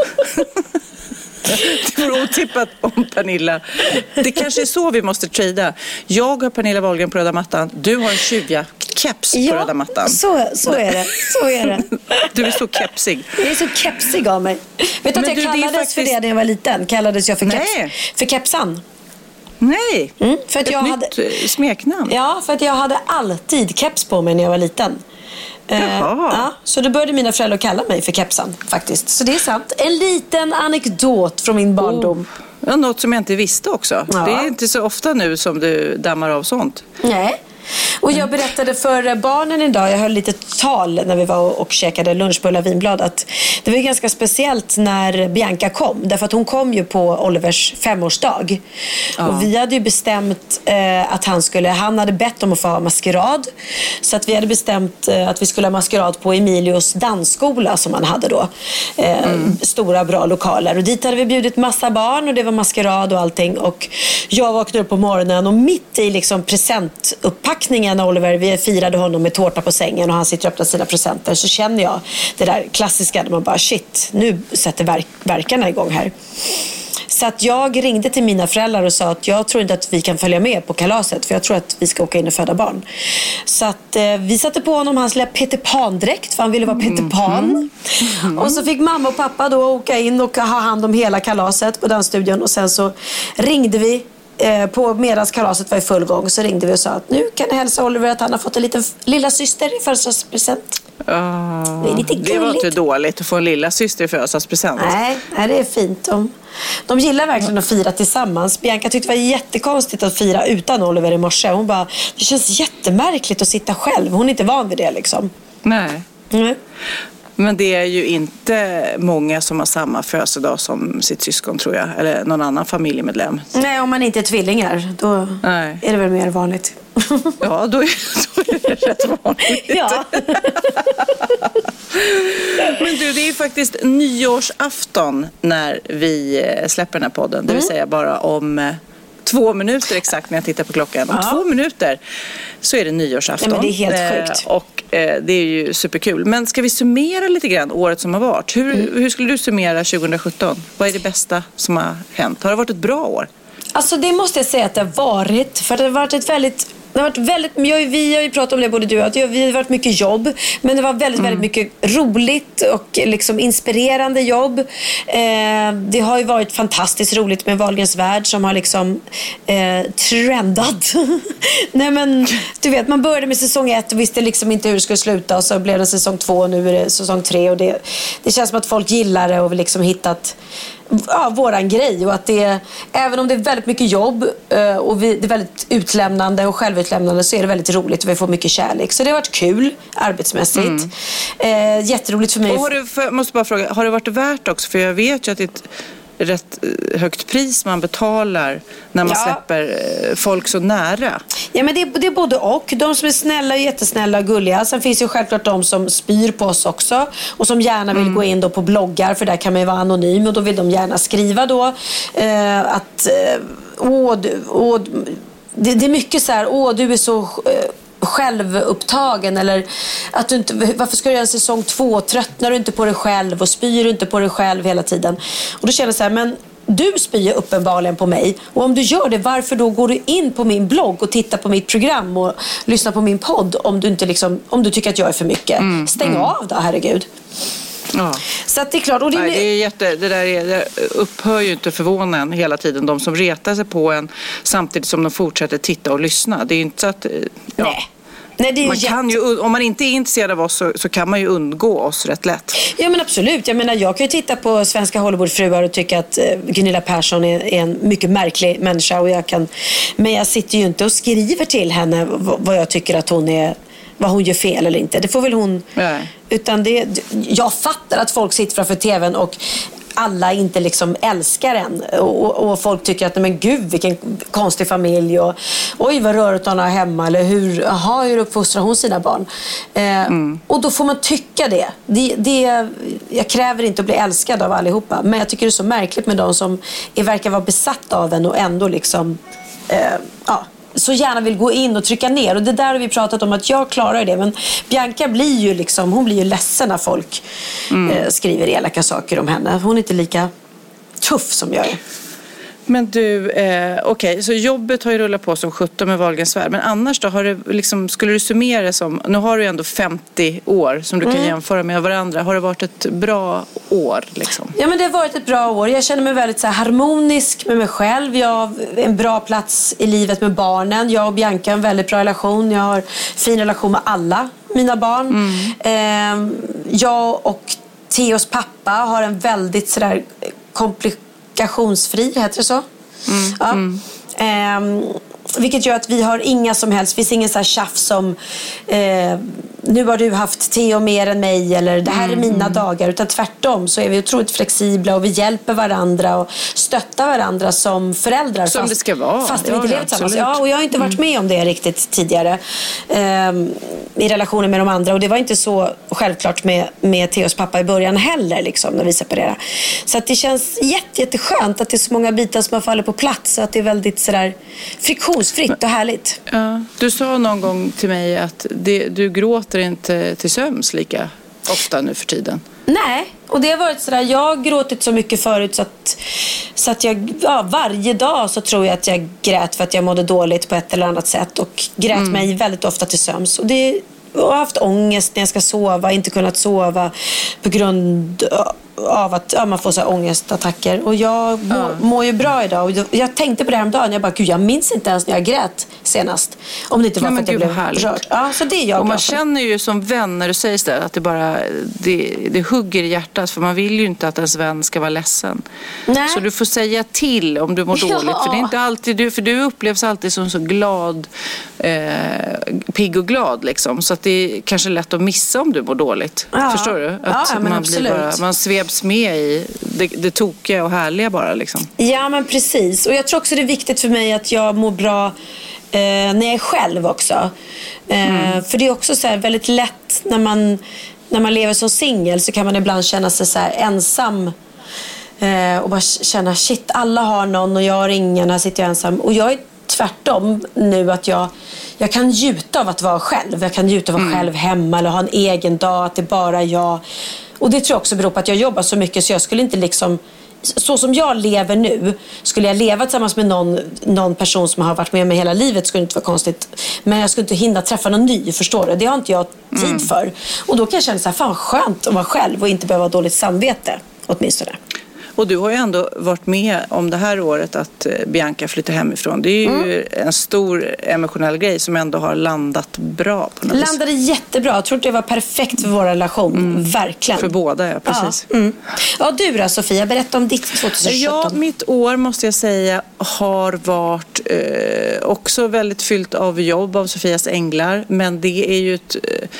Det var otippat om Pernilla. Det kanske är så vi måste trada. Jag har Pernilla Wahlgren på röda mattan. Du har en tjuvjaktkeps på röda mattan. Så är det. Du är så kepsig. Jag är så kepsig av mig. Vet du att jag kallades för det när jag var liten? Kallades jag för kepsan. Nej, för att jag nytt smeknamn. Ja, för att jag hade alltid keps på mig när jag var liten. Så då började mina föräldrar kalla mig för kepsan faktiskt. Så det är sant. En liten anekdot från min barndom. Ja, något som jag inte visste också. Ja. Det är inte så ofta nu som du dammar av sånt. Nej. Och jag berättade för barnen idag, jag höll lite tal när vi var och käkade lunchbullar vinblad, att det var ganska speciellt när Bianca kom. Därför att hon kom ju på Olivers 5-årsdag. Ja. Och vi hade ju bestämt att han hade bett om att få ha maskerad. Så att vi hade bestämt att vi skulle ha maskerad på Emilios dansskola som han hade då. Stora bra lokaler. Och dit hade vi bjudit massa barn och det var maskerad och allting. Och jag vaknade upp på morgonen och mitt i liksom presentuppackningen när Oliver, vi firade honom med tårta på sängen och han sitter och öppnar sina presenter, så känner jag det där klassiska där man bara shit, nu sätter verkarna igång här. Så att jag ringde till mina föräldrar och sa att jag tror inte att vi kan följa med på kalaset, för jag tror att vi ska åka in och föda barn. Så att vi satte på honom hans lilla Peter Pan-dräkt, för han ville vara Peter Pan. Och så fick mamma och pappa då åka in och ha hand om hela kalaset på den studion. Och sen så ringde vi på medans kalaset var i full gång, så ringde vi och sa att nu kan jag hälsa Oliver att han har fått en liten lilla syster i födelsedagspresent. Det är lite gulligt. Det var inte dåligt att få en lilla syster i födelsedagspresent. Nej, det är fint. De gillar verkligen att fira tillsammans. Bianca tyckte det var jättekonstigt att fira utan Oliver i morse. Hon bara, det känns jättemärkligt att sitta själv. Hon är inte van vid det liksom. Nej. Men det är ju inte många som har samma födelsedag som sitt syskon, tror jag. Eller någon annan familjemedlem. Nej, om man inte är tvillingar, då är det väl mer vanligt. Ja, då är det rätt vanligt. Ja. Men du, det är faktiskt nyårsafton när vi släpper den här podden. Det vill säga bara om 2 minuter exakt när jag tittar på klockan. Om 2 minuter så är det nyårsafton. Nej, men det är helt sjukt. Och det är ju superkul. Men ska vi summera lite grann året som har varit? Hur skulle du summera 2017? Vad är det bästa som har hänt? Har det varit ett bra år? Alltså det måste jag säga att det har varit. För det har varit ett väldigt... vi har ju pratat om det både du och jag. Vi har varit mycket jobb. Men det var väldigt mycket roligt och liksom inspirerande jobb. Det har ju varit fantastiskt roligt med Wahlgrens värld som har liksom trendat. Nej men du vet, man började med säsong 1 och visste liksom inte hur det skulle sluta. Och så blev det säsong 2 och nu är det säsong 3. Och det känns som att folk gillar det och liksom hittat våran grej. Och att det, även om det är väldigt mycket jobb och det är väldigt utlämnande och självutlämnande, så är det väldigt roligt och vi får mycket kärlek. Så det har varit kul arbetsmässigt. Jätteroligt för mig. Och måste bara fråga, har det varit värt också? För jag vet ju att det är ett rätt högt pris man betalar när man släpper folk så nära. Ja, men det är både och. De som är snälla, jättesnälla och gulliga. Sen finns ju självklart de som spyr på oss också. Och som gärna vill gå in då på bloggar. För där kan man ju vara anonym. Och då vill de gärna skriva då. Det är mycket så här. Du är så självupptagen. Eller att du inte, varför ska du göra en säsong 2? Tröttnar du inte på dig själv? Och spyr du inte på dig själv hela tiden? Och då känner jag så här, men du spyr uppenbarligen på mig. Och om du gör det, varför då går du in på min blogg och tittar på mitt program och lyssnar på min podd om du tycker att jag är för mycket? Stäng av då, herregud. Ja. Så att det är klart. Och det upphör ju inte förvåna en hela tiden. De som retar sig på en samtidigt som de fortsätter titta och lyssna. Det är inte så att... Ja. Nej, det är kan ju, om man inte är intresserad av oss så kan man ju undgå oss rätt lätt. Ja, men absolut. Jag menar, jag kan ju titta på Svenska Hollywoodfruar och tycka att Gunilla Persson är en mycket märklig människa. Men jag sitter ju inte och skriver till henne vad jag tycker att hon är, vad hon gör fel eller inte. Det får väl hon... Nej. Utan jag fattar att folk sitter framför tvn och alla inte liksom älskar en och folk tycker att men gud vilken konstig familj och oj vad rörigt hon har hemma eller hur uppfostrar hon sina barn och då får man tycka det. Jag kräver inte att bli älskad av allihopa, men jag tycker det är så märkligt med de som verkar vara besatta av en och ändå liksom så gärna vill gå in och trycka ner. Och det där har vi pratat om att jag klarar det. Men Bianca blir ju liksom, hon blir ju ledsen när folk skriver elaka saker om henne. Hon är inte lika tuff som jag är. Men du, okej, så jobbet har ju rullat på som 17 med Wahlgrens värld. Men annars då, har det liksom, skulle du summera det som, nu har du ändå 50 år som du kan jämföra med varandra. Har det varit ett bra år liksom? Ja, men det har varit ett bra år. Jag känner mig väldigt så här harmonisk med mig själv. Jag har en bra plats i livet med barnen. Jag och Bianca har en väldigt bra relation. Jag har fin relation med alla mina barn. Jag och Theos pappa har en väldigt sådär komplikationsfri, heter det så? Vilket gör att vi har inga som helst, finns ingen så här tjafs som nu har du haft Theo mer än mig eller det här är mina dagar, utan tvärtom så är vi otroligt flexibla och vi hjälper varandra och stöttar varandra som föräldrar som det ska vara. Fast vi inte lever tillsammans. Ja, och jag har inte varit med om det riktigt tidigare i relationer med de andra, och det var inte så självklart med Theos pappa i början heller liksom, när vi separerade. Så att det känns jätteskönt att det är så många bitar som har fallit på plats och att det är väldigt sådär friktionsfritt och härligt. Ja, du sa någon gång till mig att du gråter inte till sömns lika ofta nu för tiden. Nej, och det har varit sådär, jag har gråtit så mycket förut så att jag varje dag så tror jag att jag grät för att jag mådde dåligt på ett eller annat sätt och grät mig väldigt ofta till sömns. Och jag har haft ångest när jag ska sova, inte kunnat sova på grund av att man får så här ångestattacker. Och jag mår ju bra idag. Och jag tänkte på det här om dagen. Jag bara, gud, jag minns inte ens när jag grät senast. Om det inte var för att jag blev rörd. Ja, så det är jag. Och man känner ju som vän när du säger det, att det bara det hugger i hjärtat. För man vill ju inte att ens vän ska vara ledsen. Nej. Så du får säga till om du mår dåligt. För det är inte alltid för du upplevs alltid som så glad, pigg och glad liksom. Så att det är kanske lätt att missa om du mår dåligt. Förstår du? Att men absolut. Man sveps med i det tokiga och härliga bara liksom. Ja, men precis. Och jag tror också det är viktigt för mig att jag mår bra när jag är själv också. För det är också så här väldigt lätt när man lever som singel, så kan man ibland känna sig så här ensam och bara känna shit, alla har någon och jag har ingen, här sitter jag ensam. Och jag är tvärtom nu, att jag kan njuta av att vara själv. Jag kan njuta av att vara själv hemma eller ha en egen dag, att det är bara jag. Och det tror jag också beror på att jag jobbar så mycket, så jag skulle inte liksom, så som jag lever nu, skulle jag leva tillsammans med någon person som har varit med mig hela livet, skulle det inte vara konstigt. Men jag skulle inte hinna träffa någon ny, förstår du? Det har inte jag tid för. Och då kan jag känna så här, fan skönt att vara själv och inte behöva ha dåligt samvete, åtminstone. Och du har ju ändå varit med om det här året att Bianca flyttar hemifrån. Det är ju en stor emotionell grej som ändå har landat bra på något vis. Landade jättebra. Jag tror att det var perfekt för vår relation. Verkligen. För båda, ja. Precis. Ja, du då, Sofia? Berätta om ditt 2017. Ja, mitt år måste jag säga har varit också väldigt fyllt av jobb av Sofias änglar. Men det är ju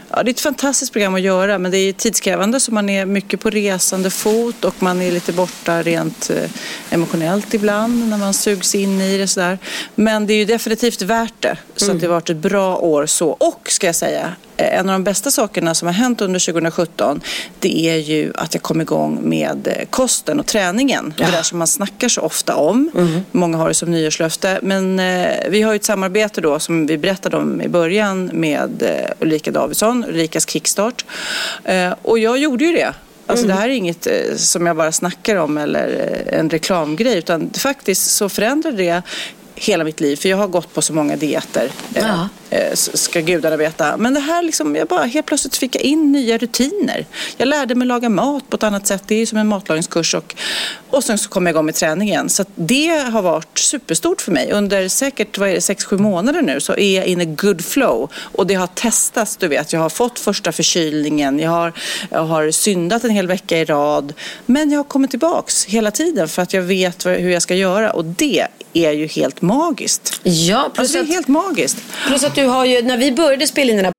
Ja, det är ett fantastiskt program att göra, men det är tidskrävande så man är mycket på resande fot och man är lite borta rent emotionellt ibland när man sugs in i det sådär. Men det är ju definitivt värt det, så att det har varit ett bra år så. Och ska jag säga, en av de bästa sakerna som har hänt under 2017, det är ju att jag kom igång med kosten och träningen. Det där som man snackar så ofta om. Många har det som nyårslöfte. Men vi har ju ett samarbete då som vi berättade om i början med Ulrika Davidsson, Ulrikas Kickstart. Och jag gjorde ju det. Alltså det här är inget som jag bara snackar om eller en reklamgrej, utan faktiskt så förändrade det hela mitt liv, för jag har gått på så många dieter, ska gudarna veta. Men det här liksom, jag bara helt plötsligt fick jag in nya rutiner. Jag lärde mig laga mat på ett annat sätt. Det är ju som en matlagningskurs och sen så kom jag igång med träningen. Så att det har varit superstort för mig. Under säkert 6-7 månader nu så är jag in a good flow. Och det har testats, du vet. Jag har fått första förkylningen. Jag har syndat en hel vecka i rad. Men jag har kommit tillbaks hela tiden för att jag vet hur jag ska göra. Och det är ju helt magiskt. Ja, plus det är helt magiskt. Plus att du har ju, när vi började spela in den här...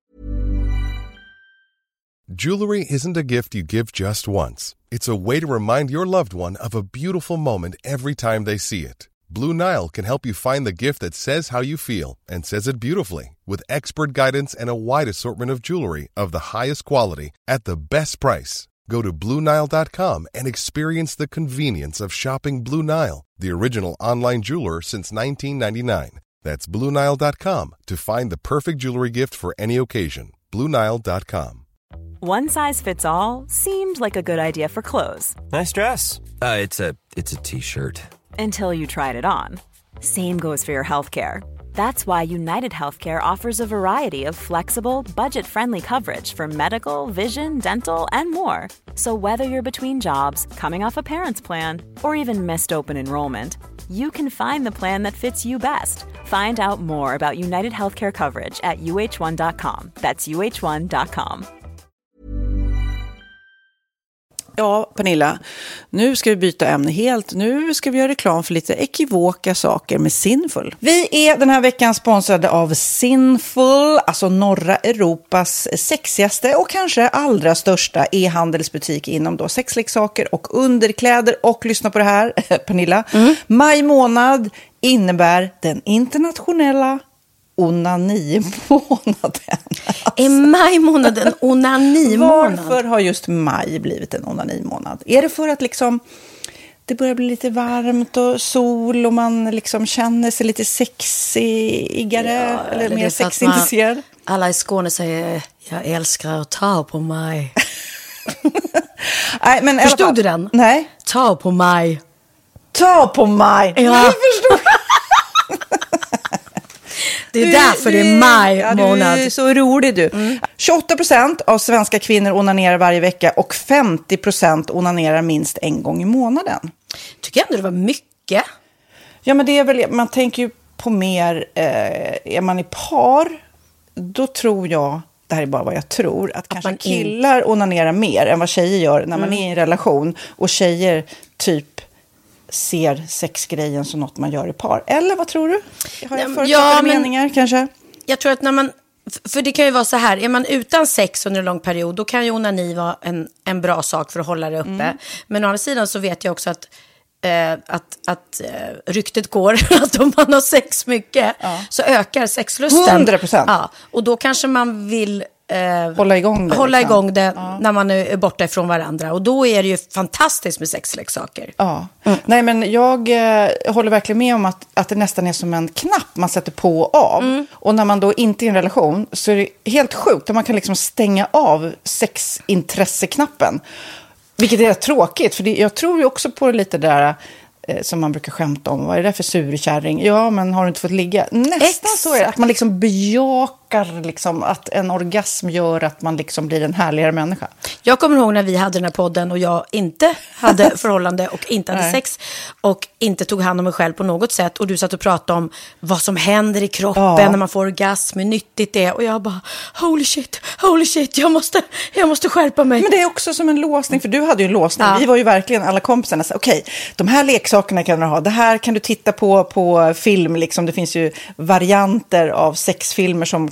Jewelry isn't a gift you give just once. It's a way to remind your loved one of a beautiful moment every time they see it. Blue Nile can help you find the gift that says how you feel and says it beautifully, with expert guidance and a wide assortment of jewelry of the highest quality at the best price. Go to BlueNile.com and experience the convenience of shopping Blue Nile, the original online jeweler since 1999. That's BlueNile.com to find the perfect jewelry gift for any occasion. BlueNile.com. One size fits all seemed like a good idea for clothes. Nice dress. It's a t-shirt. Until you tried it on. Same goes for your healthcare. That's why United Healthcare offers a variety of flexible, budget-friendly coverage for medical, vision, dental, and more. So whether you're between jobs, coming off a parent's plan, or even missed open enrollment, you can find the plan that fits you best. Find out more about United Healthcare coverage at uh1.com. That's uh1.com. Ja, Pernilla, nu ska vi byta ämne helt. Nu ska vi göra reklam för lite ekivoka saker med Sinful. Vi är den här veckan sponsrade av Sinful, alltså norra Europas sexigaste och kanske allra största e-handelsbutik inom då sexleksaker och underkläder. Och lyssna på det här, Pernilla. Maj månad innebär den internationella onanimånaden. Är maj månad en onanimånad? Varför har just maj blivit en onanimånad? Är det för att liksom det börjar bli lite varmt och sol och man liksom känner sig lite sexigare eller mer sexintresserad? Alla i Skåne säger jag älskar att ta på mig. Nej, men förstod du den? Nej. Ta på mig. Ta på mig. Ja. Jag förstod. Det är därför det är maj månad. Du är så rolig du. 28% av svenska kvinnor onanerar varje vecka och 50% onanerar minst en gång i månaden. Tycker jag ändå det var mycket. Ja, men det är väl, man tänker ju på mer, är man i par, då tror jag, det här är bara vad jag tror, att kanske killar onanerar mer än vad tjejer gör när man är i en relation. Och tjejer typ ser sexgrejen som något man gör i par. Eller vad tror du? Har jag förutsatta meningar kanske? Jag tror att när man, för det kan ju vara så här, är man utan sex under en lång period, då kan ju onani vara en bra sak för att hålla det uppe. Men å andra sidan så vet jag också att ryktet går att om man har sex mycket så ökar sexlusten. 100%. Ja, och då kanske man vill hålla igång det när man är borta ifrån varandra. Och då är det ju fantastiskt med sexleksaker. Ja. Nej, men jag håller verkligen med om att det nästan är som en knapp man sätter på och av. Och när man då inte är i en relation så är det helt sjukt att man kan liksom stänga av sexintresseknappen. Vilket är tråkigt, för jag tror ju också på lite där som man brukar skämta om. Vad är det för surkärring? Ja, men har du inte fått ligga? Nästan så är det. Att man liksom bejakar liksom att en orgasm gör att man liksom blir en härligare människa. Jag kommer ihåg när vi hade den här podden och jag inte hade förhållande och inte hade sex och inte tog hand om mig själv på något sätt. Och du satt och pratade om vad som händer i kroppen när man får orgasm, hur nyttigt det är. Och jag bara, holy shit, jag måste skärpa mig. Men det är också som en låsning, för du hade ju en låsning. Vi var ju verkligen alla kompisarna. Okej, de här leksakerna kan du ha. Det här kan du titta på film. Liksom. Det finns ju varianter av sexfilmer som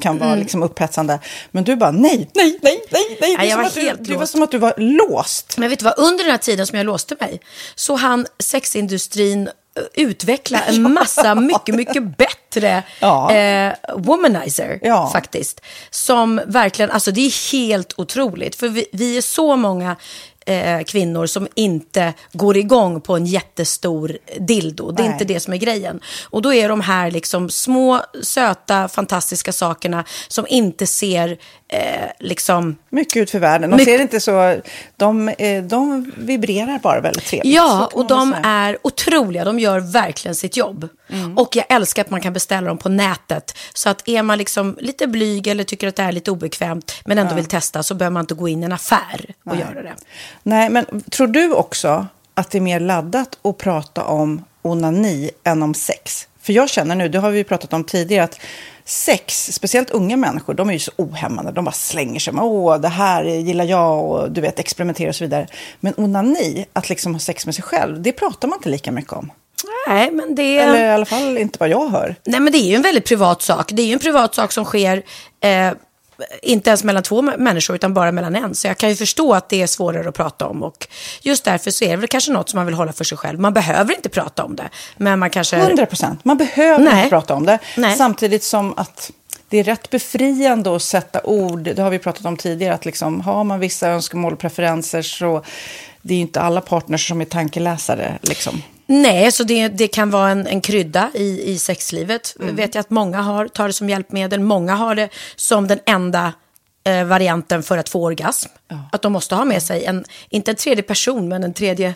kan vara liksom upphetsande. Men du bara, nej. Det var som att du var låst. Men vet du vad, under den här tiden som jag låste mig så hann sexindustrin utveckla en massa mycket bättre womanizer faktiskt. Som verkligen, alltså det är helt otroligt. För vi är så många kvinnor som inte går igång på en jättestor dildo. Det är inte det som är grejen. Och då är de här liksom små, söta, fantastiska sakerna som inte ser liksom... mycket ut för världen. De ser inte så... De vibrerar bara väldigt trevligt. Ja, och de är otroliga. De gör verkligen sitt jobb. Och jag älskar att man kan beställa dem på nätet. Så att är man liksom lite blyg eller tycker att det är lite obekvämt men ändå vill testa, så behöver man inte gå in i en affär och göra det. Nej, men tror du också att det är mer laddat att prata om onani än om sex? För jag känner nu, det har vi pratat om tidigare, att sex, speciellt unga människor, de är ju så ohämmade. De bara slänger sig med, det här gillar jag, och du vet, experimentera och så vidare. Men onani, att liksom ha sex med sig själv, det pratar man inte lika mycket om. Nej, men det... Eller i alla fall inte vad jag hör. Nej, men det är ju en väldigt privat sak. Det är ju en privat sak som sker... inte ens mellan två människor utan bara mellan en. Så jag kan ju förstå att det är svårare att prata om, och just därför så är det väl kanske något som man vill hålla för sig själv. Man behöver inte prata om det, men man kanske... 100%. Man behöver inte prata om det. Nej. Samtidigt som att det är rätt befriande att sätta ord. Det har vi pratat om tidigare, att liksom, har man vissa önskemål och preferenser, så det är ju inte alla partners som är tankeläsare liksom. Nej, så det kan vara en krydda i sexlivet. Vet jag att många tar det som hjälpmedel. Många har det som den enda varianten för att få orgasm. Ja. Att de måste ha med sig inte en tredje person, men en tredje...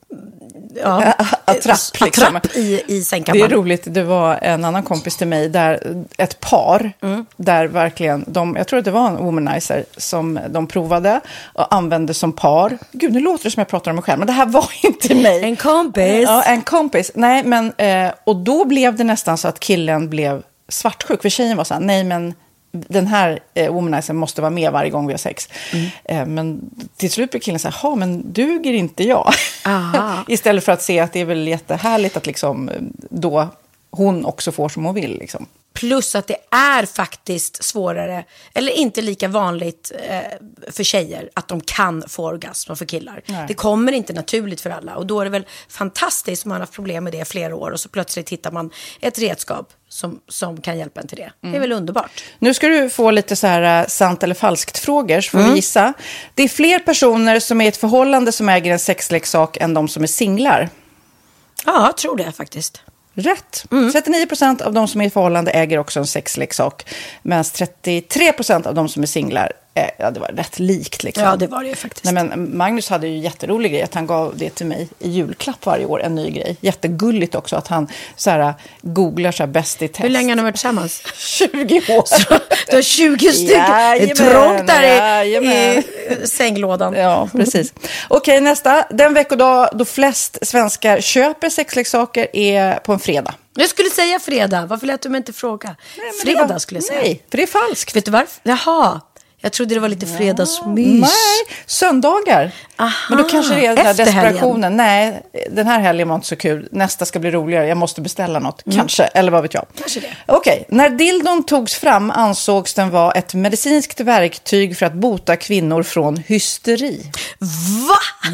attrapp i sängkammaren. Det är roligt, det var en annan kompis till mig där ett par där verkligen jag tror att det var en womanizer som de provade och använde som par. Gud, nu låter det som jag pratar om mig själv, men det här var inte mig. En kompis. Ja, en kompis. Nej, men och då blev det nästan så att killen blev svartsjuk, för tjejen var så här, nej men den här womanizer måste vara med varje gång vi har sex. Men till slut blir killen så här, men duger inte jag? Istället för att se att det är väl jättehärligt att liksom, då hon också får som hon vill. Liksom. Plus att det är faktiskt svårare, eller inte lika vanligt för tjejer att de kan få orgasm för killar. Nej. Det kommer inte naturligt för alla. Och då är det väl fantastiskt om man har haft problem med det flera år och så plötsligt hittar man ett redskap som kan hjälpa en till det. Det är väl underbart. Nu ska du få lite så här sant eller falskt frågor, så får vi gissa. Det är fler personer som är i ett förhållande som äger en sexleksak än de som är singlar. Ja, jag tror det faktiskt. Rätt. 39% av de som är i förhållande äger också en sexleksak. Medan 33% av de som är singlar, det var rätt likt. Liksom. Ja, det var det ju faktiskt. Nej, men Magnus hade ju jätterolig grej att han gav det till mig i julklapp varje år, en ny grej. Jättegulligt också att han så här, googlar så här bäst i test. Hur länge har ni varit tillsammans? 20 år. Så, du har 20 stycken. Det är trångt där i sänglådan. Ja, precis. Okej, nästa. Den veckodag då flest svenskar köper sexleksaker är på en fredag. Jag skulle säga fredag. Varför lät du mig inte fråga? Fredag skulle jag säga. Nej, för det är falskt. Vet du varför? Jaha. Jag trodde det var lite fredagsmys. Nej, söndagar. Aha, men då kanske det är den här desperationen. Helgen. Nej, den här helgen var inte så kul. Nästa ska bli roligare. Jag måste beställa något. Kanske, eller vad vet jag. Kanske det. Okej, när dildon togs fram ansågs den vara ett medicinskt verktyg för att bota kvinnor från hysteri. Va?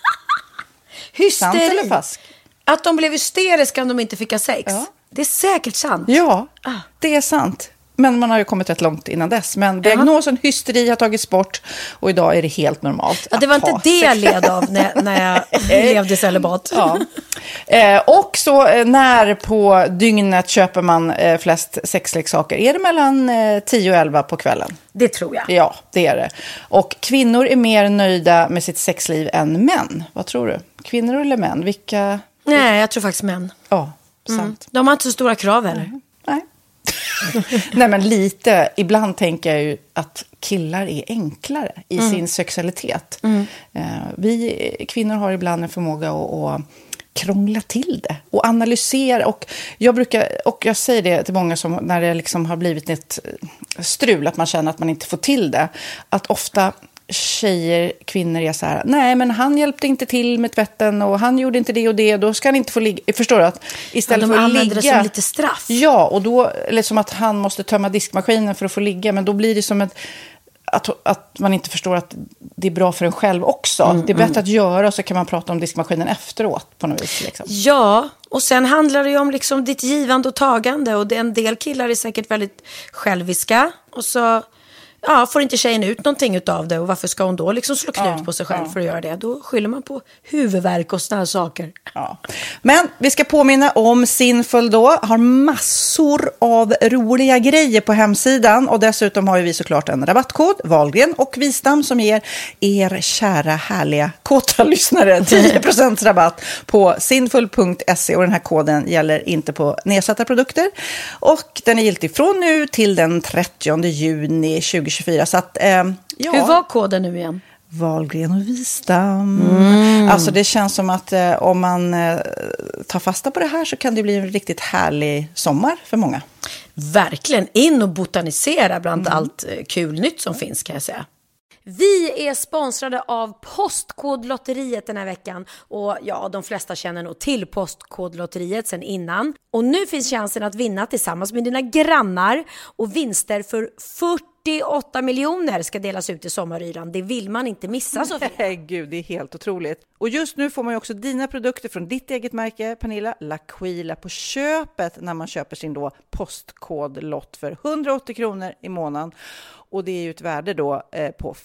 Hysteri? Sant eller falskt? Att de blev hysteriska om de inte fick ha sex. Ja. Det är säkert sant. Ja, det är sant. Men man har ju kommit rätt långt innan dess. Men diagnosen hysteri har tagits bort och idag är det helt normalt. Ja, det var inte det jag led av när jag levde i celibat. Ja. Och så när på dygnet köper man flest sexleksaker? Är det mellan 10 och 11 på kvällen? Det tror jag. Ja, det är det. Och kvinnor är mer nöjda med sitt sexliv än män. Vad tror du? Kvinnor eller män? Vilka? Nej, jag tror faktiskt män. Ja, sant. De har inte så stora krav heller. Nej. Nej, men lite. Ibland tänker jag ju att killar är enklare i sin sexualitet. Vi kvinnor har ibland en förmåga att krångla till det och analysera. Och jag säger det till många som när det liksom har blivit ett strul, att man känner att man inte får till det. Att ofta kvinnor är så här, nej men han hjälpte inte till med tvätten och han gjorde inte det och det, då ska han inte få ligga. Förstår du? Att istället för att ligga, det som lite straff. Ja, och då eller som att han måste tömma diskmaskinen för att få ligga, men då blir det som att man inte förstår att det är bra för en själv också. Det är bättre att göra, och så kan man prata om diskmaskinen efteråt på något vis. Liksom. Ja, och sen handlar det ju om liksom ditt givande och tagande. Och en del killar är säkert väldigt själviska. Och så får inte tjejen ut någonting utav det. Och varför ska hon då liksom slå knut på sig själv för att göra det? Då skyller man på huvudvärk och sådana saker. Ja. Men vi ska påminna om Sinful då. Har massor av roliga grejer på hemsidan. Och dessutom har ju vi såklart en rabattkod, Wahlgren och Wistam, som ger er kära, härliga, kåta lyssnare 10% rabatt på sinful.se. Och den här koden gäller inte på nedsatta produkter. Och den är giltig från nu till den 30 juni 2024. Så att, Hur var koden nu igen? Wahlgren och Wistam. Alltså det känns som att om man tar fasta på det här så kan det bli en riktigt härlig sommar för många. Verkligen, in och botanisera bland allt kul nytt som finns, kan jag säga. Vi är sponsrade av Postkodlotteriet den här veckan. Och de flesta känner nog till Postkodlotteriet sen innan. Och nu finns chansen att vinna tillsammans med dina grannar. Och vinster för 48 miljoner ska delas ut i sommaryran. Det vill man inte missa, Sofia. Gud, det är helt otroligt. Och just nu får man ju också dina produkter från ditt eget märke, Pernilla, L'Aquila, på köpet när man köper sin då postkodlott för 180 kronor i månaden. Och det är ju ett värde då på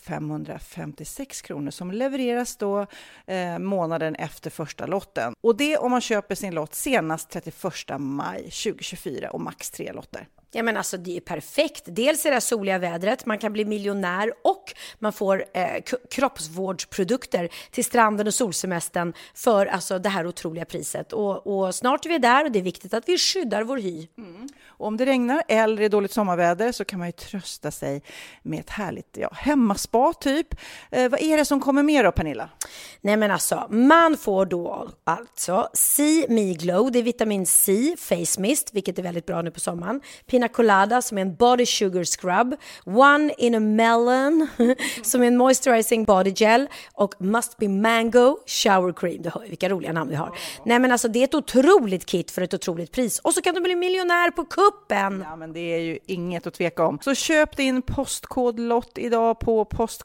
556 kronor som levereras då månaden efter första lotten. Och det om man köper sin lott senast 31 maj 2024 och max 3 lotter. Ja, men alltså det är perfekt. Dels är det soliga vädret, man kan bli miljonär och man får kroppsvårdsprodukter till stranden och solsemestern för alltså det här otroliga priset. Och snart är vi där, och det är viktigt att vi skyddar vår hy. Och om det regnar eller är dåligt sommarväder så kan man ju trösta sig med ett härligt hemmaspa typ. Vad är det som kommer med då, Pernilla? Nej, men alltså man får då alltså See Me Glow, det är vitamin C face mist, vilket är väldigt bra nu på sommaren. Pina Colada som är en body sugar scrub, One in a Melon som är en moisturizing body gel, och Must Be Mango shower cream. Du hör vilka roliga namn vi har. Nej, men alltså det är ett otroligt kit för ett otroligt pris, och så kan du bli miljonär på kuppen. Ja, men det är ju inget att tveka om. Så köp din postkodlott idag på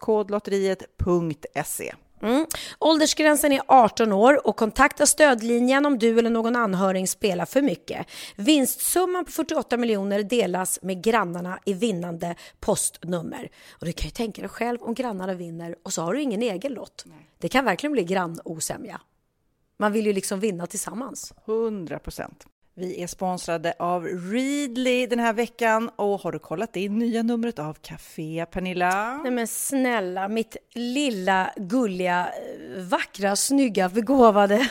postkodlotteriet.se. Åldersgränsen är 18 år och kontakta stödlinjen om du eller någon anhörig spelar för mycket. Vinstsumman på 48 miljoner delas med grannarna i vinnande postnummer. Och du kan ju tänka dig själv om grannarna vinner och så har du ingen egen lott. Nej. Det kan verkligen bli grannosämja. Man vill ju liksom vinna tillsammans. 100%. Vi är sponsrade av Readly den här veckan. Och har du kollat in nya numret av Café, Pernilla? Nej men snälla, mitt lilla, gulliga, vackra, snygga, begåvade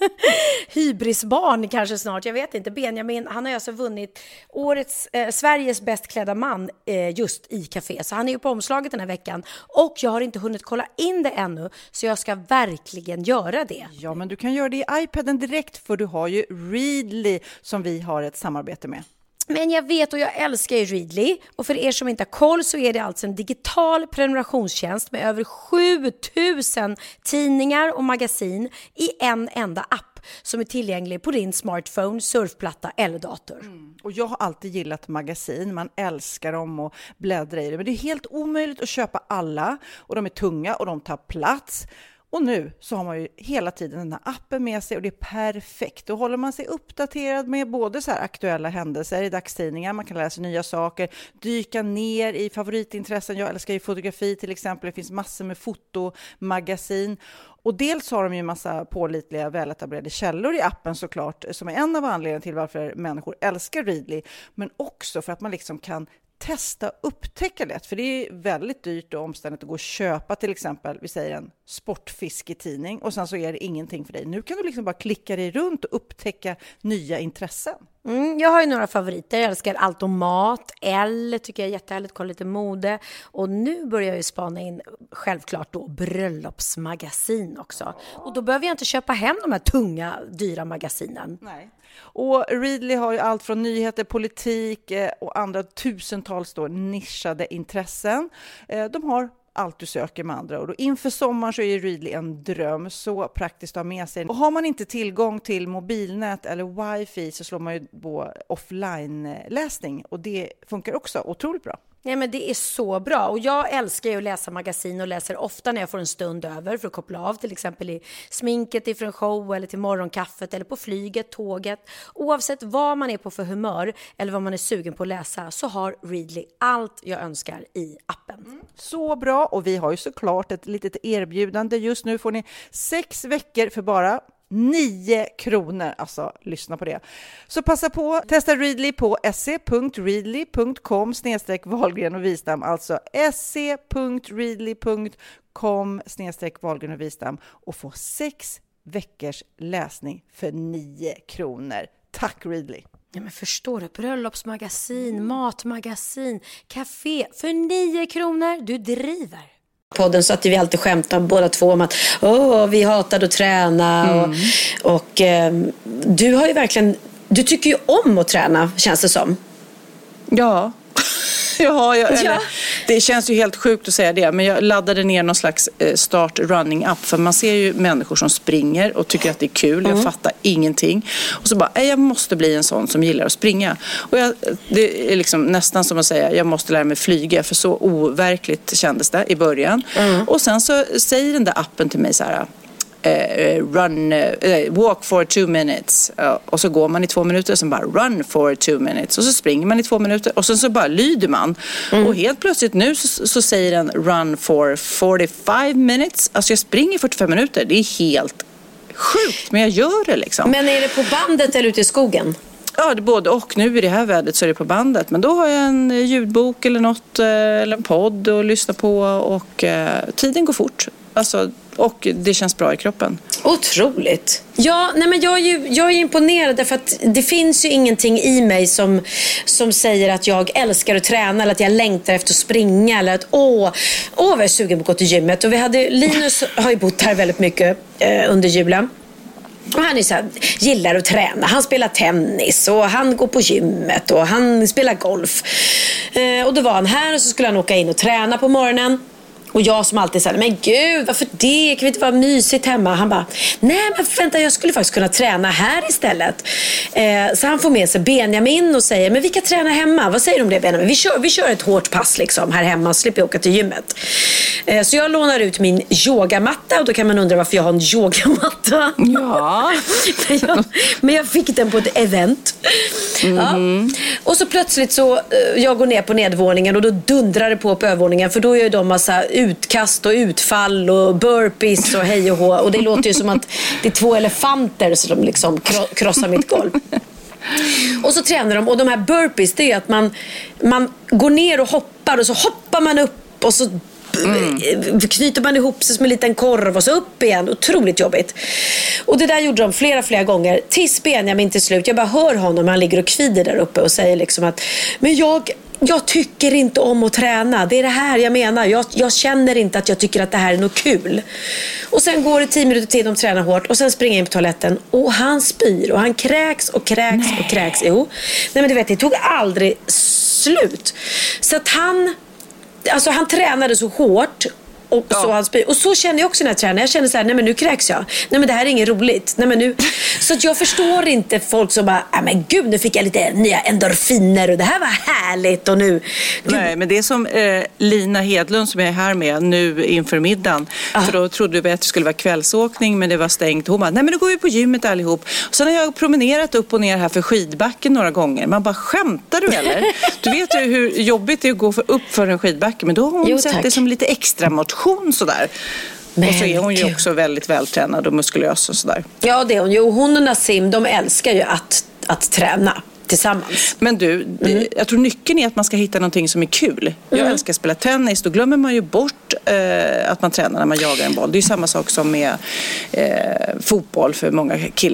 hybrisbarn kanske snart. Jag vet inte, Benjamin, han har alltså vunnit årets Sveriges bäst klädda man just i Café. Så han är ju på omslaget den här veckan. Och jag har inte hunnit kolla in det ännu, så jag ska verkligen göra det. Ja, men du kan göra det i iPaden direkt, för du har ju Readly som vi har ett samarbete med. Men jag vet och jag älskar ju Readly. Och för er som inte har koll så är det alltså en digital prenumerationstjänst med över 7000 tidningar och magasin i en enda app som är tillgänglig på din smartphone, surfplatta eller dator. Och jag har alltid gillat magasin. Man älskar dem och bläddra i det. Men det är helt omöjligt att köpa alla. Och de är tunga och de tar plats. Och nu så har man ju hela tiden den här appen med sig, och det är perfekt. Då håller man sig uppdaterad med både så här aktuella händelser i dagstidningar. Man kan lära sig nya saker, dyka ner i favoritintressen. Jag älskar ju fotografi till exempel. Det finns massor med fotomagasin. Och dels har de ju massa pålitliga, väletablerade källor i appen såklart, som är en av anledningarna till varför människor älskar Readly. Men också för att man liksom kan testa, upptäcka lätt. För det är väldigt dyrt och omständigt att gå och köpa till exempel, vi säger en sportfisketidning, och sen så är det ingenting för dig. Nu kan du liksom bara klicka dig runt och upptäcka nya intressen. Jag har ju några favoriter. Jag älskar allt om mat. Elle tycker jag är jättehärligt. Kolla lite mode. Och nu börjar jag ju spana in självklart då bröllopsmagasin också. Och då behöver jag inte köpa hem de här tunga, dyra magasinen. Nej. Och Readly har ju allt från nyheter, politik och andra tusentals då nischade intressen. De har allt du söker med andra. Och inför sommaren så är Readly en dröm, så praktiskt att ha med sig. Och har man inte tillgång till mobilnät eller wifi så slår man ju på offline-läsning. Och det funkar också otroligt bra. Nej, men det är så bra. Och jag älskar ju att läsa magasin och läser ofta när jag får en stund över för att koppla av. Till exempel i sminket ifrån en show eller till morgonkaffet eller på flyget, tåget. Oavsett vad man är på för humör eller vad man är sugen på att läsa så har Readly allt jag önskar i appen. Så bra, och vi har ju såklart ett litet erbjudande. Just nu får ni 6 veckor för bara 9 kronor. Alltså, lyssna på det. Så passa på, testa Readly på se.readly.com/Wahlgren och Wistam. Alltså se.readly.com/Wahlgren och Wistam och få 6 veckors läsning för 9 kronor. Tack Readly! Ja, men förstår du? Bröllopsmagasin, matmagasin, café för 9 kronor. Du driver. Podden så att vi alltid skämtar båda två om att vi hatade att träna och du har ju verkligen, du tycker ju om att träna, känns det som. Ja. Det känns ju helt sjukt att säga det, men jag laddade ner någon slags start running app, för man ser ju människor som springer och tycker att det är kul. Jag fattar ingenting och så bara, jag måste bli en sån som gillar att springa. Och det är liksom nästan som att säga, jag måste lära mig flyga, för så overkligt kändes det i början. Och sen så säger den där appen till mig så här: walk for 2 minutes, och så går man i 2 minuter och sen bara run for 2 minutes och så springer man i 2 minuter och sen så bara lyder man och helt plötsligt nu så säger den run for 45 minutes. Alltså jag springer 45 minuter, det är helt sjukt, men jag gör det liksom. Men är det på bandet eller ute i skogen? Ja, det är både och. Nu i det här vädret så är det på bandet. Men då har jag en ljudbok eller något, eller en podd att lyssna på, och tiden går fort. Alltså, och det känns bra i kroppen. Otroligt. Ja, nej men jag är imponerad därför att det finns ju ingenting i mig som säger att jag älskar att träna eller att jag längtar efter att springa eller att vad jag är sugen på att gå till gymmet. Och Linus har ju bott här väldigt mycket under julen. Och han är så här, gillar att träna. Han spelar tennis och han går på gymmet och han spelar golf. Och då var han här och så skulle han åka in och träna på morgonen. Och jag som alltid säger, men gud, varför det? Kan vi inte vara mysigt hemma? Han bara, nej men vänta, jag skulle faktiskt kunna träna här istället. Så han får med sig Benjamin och säger, men vi kan träna hemma. Vad säger du om det, Benjamin? Vi kör ett hårt pass liksom här hemma och slipper åka till gymmet. Så jag lånar ut min yogamatta, och då kan man undra varför jag har en yogamatta. Ja. men jag fick den på ett event. Ja. Och så plötsligt så, jag går ner på nedvåningen och då dundrar det på övervåningen, för då gör de massa utkast och utfall och burpees och hej och hå. Och det låter ju som att det är 2 elefanter som liksom krossar mitt golv. Och så tränar de, och de här burpees, det är ju att man går ner och hoppar, och så hoppar man upp och så knyter man ihop sig som en liten korv och så upp igen. Otroligt jobbigt. Och det där gjorde de flera gånger tills Benjamin till slut, jag bara hör honom, han ligger och kvider där uppe och säger liksom att, men jag tycker inte om att träna. Det är det här jag menar. Jag känner inte att jag tycker att det här är något kul. Och sen går det 10 minuter till, de tränar hårt. Och sen springer jag in på toaletten. Och han spyr. Och han kräks och kräks och kräks. Jo. Nej, men du vet, det tog aldrig slut. Så att han tränade så hårt. Och så han spyr. Och så känner jag också när jag tränar. Jag känner så här, nej men nu kräks jag. Nej men det här är inget roligt. Nej men nu. Så att jag förstår inte folk som bara, nej men gud, nu fick jag lite nya endorfiner och det här var härligt och nu. Nej, men det är som Lina Hedlund som jag är här med nu inför middagen. För då trodde vi att det skulle vara kvällsåkning, men det var stängt. Hon bara, nej men då går vi på gymmet allihop. Och sen har jag promenerat upp och ner här för skidbacken några gånger. Man bara, skämtar du eller? Du vet ju hur jobbigt det är att gå upp för en skidbacke. Men då har hon sett det som lite extra motion sådär. Men och så är hon ju också väldigt vältränad och muskulös och sådär. Ja, det är hon ju. Hon och Nassim, de älskar ju att träna tillsammans. Men du, jag tror nyckeln är att man ska hitta någonting som är kul. Jag älskar att spela tennis. Då glömmer man ju bort att man tränar när man jagar en boll. Det är ju samma sak som med fotboll för många killar.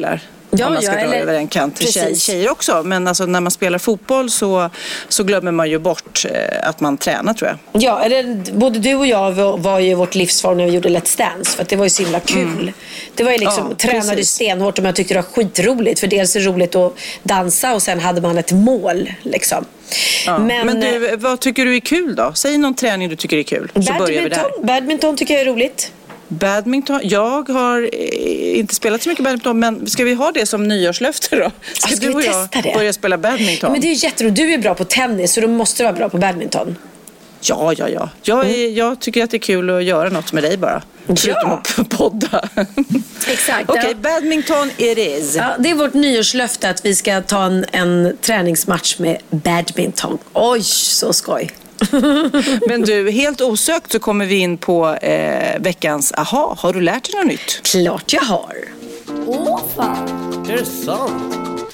om man ska dra över en kant. Tjejer också, men alltså när man spelar fotboll så glömmer man ju bort att man tränar, tror jag. Ja, både du och jag var ju vårt livsform när vi gjorde Let's Dance, för att det var ju så himla kul. Det var ju liksom, tränade stenhårt och jag tyckte det var skitroligt, för dels är det roligt att dansa och sen hade man ett mål liksom. Ja. Men du, vad tycker du är kul då? Säg någon träning du tycker är kul, så börjar vi där. Badminton tycker jag är roligt. Badminton, jag har inte spelat så mycket badminton, men ska vi ha det som nyårslöfte då? Ska du och jag börja spela badminton? Ja, men det är ju jätteroligt, du är bra på tennis så då måste du vara bra på badminton. Ja. Jag tycker att det är kul att göra något med dig bara. Förutom att podda. Exakt. Okej, badminton it is. Ja, det är vårt nyårslöfte att vi ska ta en träningsmatch med badminton. Oj, så skoj. Men du, helt osökt så kommer vi in på veckans aha. Har du lärt dig något nytt? Klart jag har. Åh fan. Är det sant?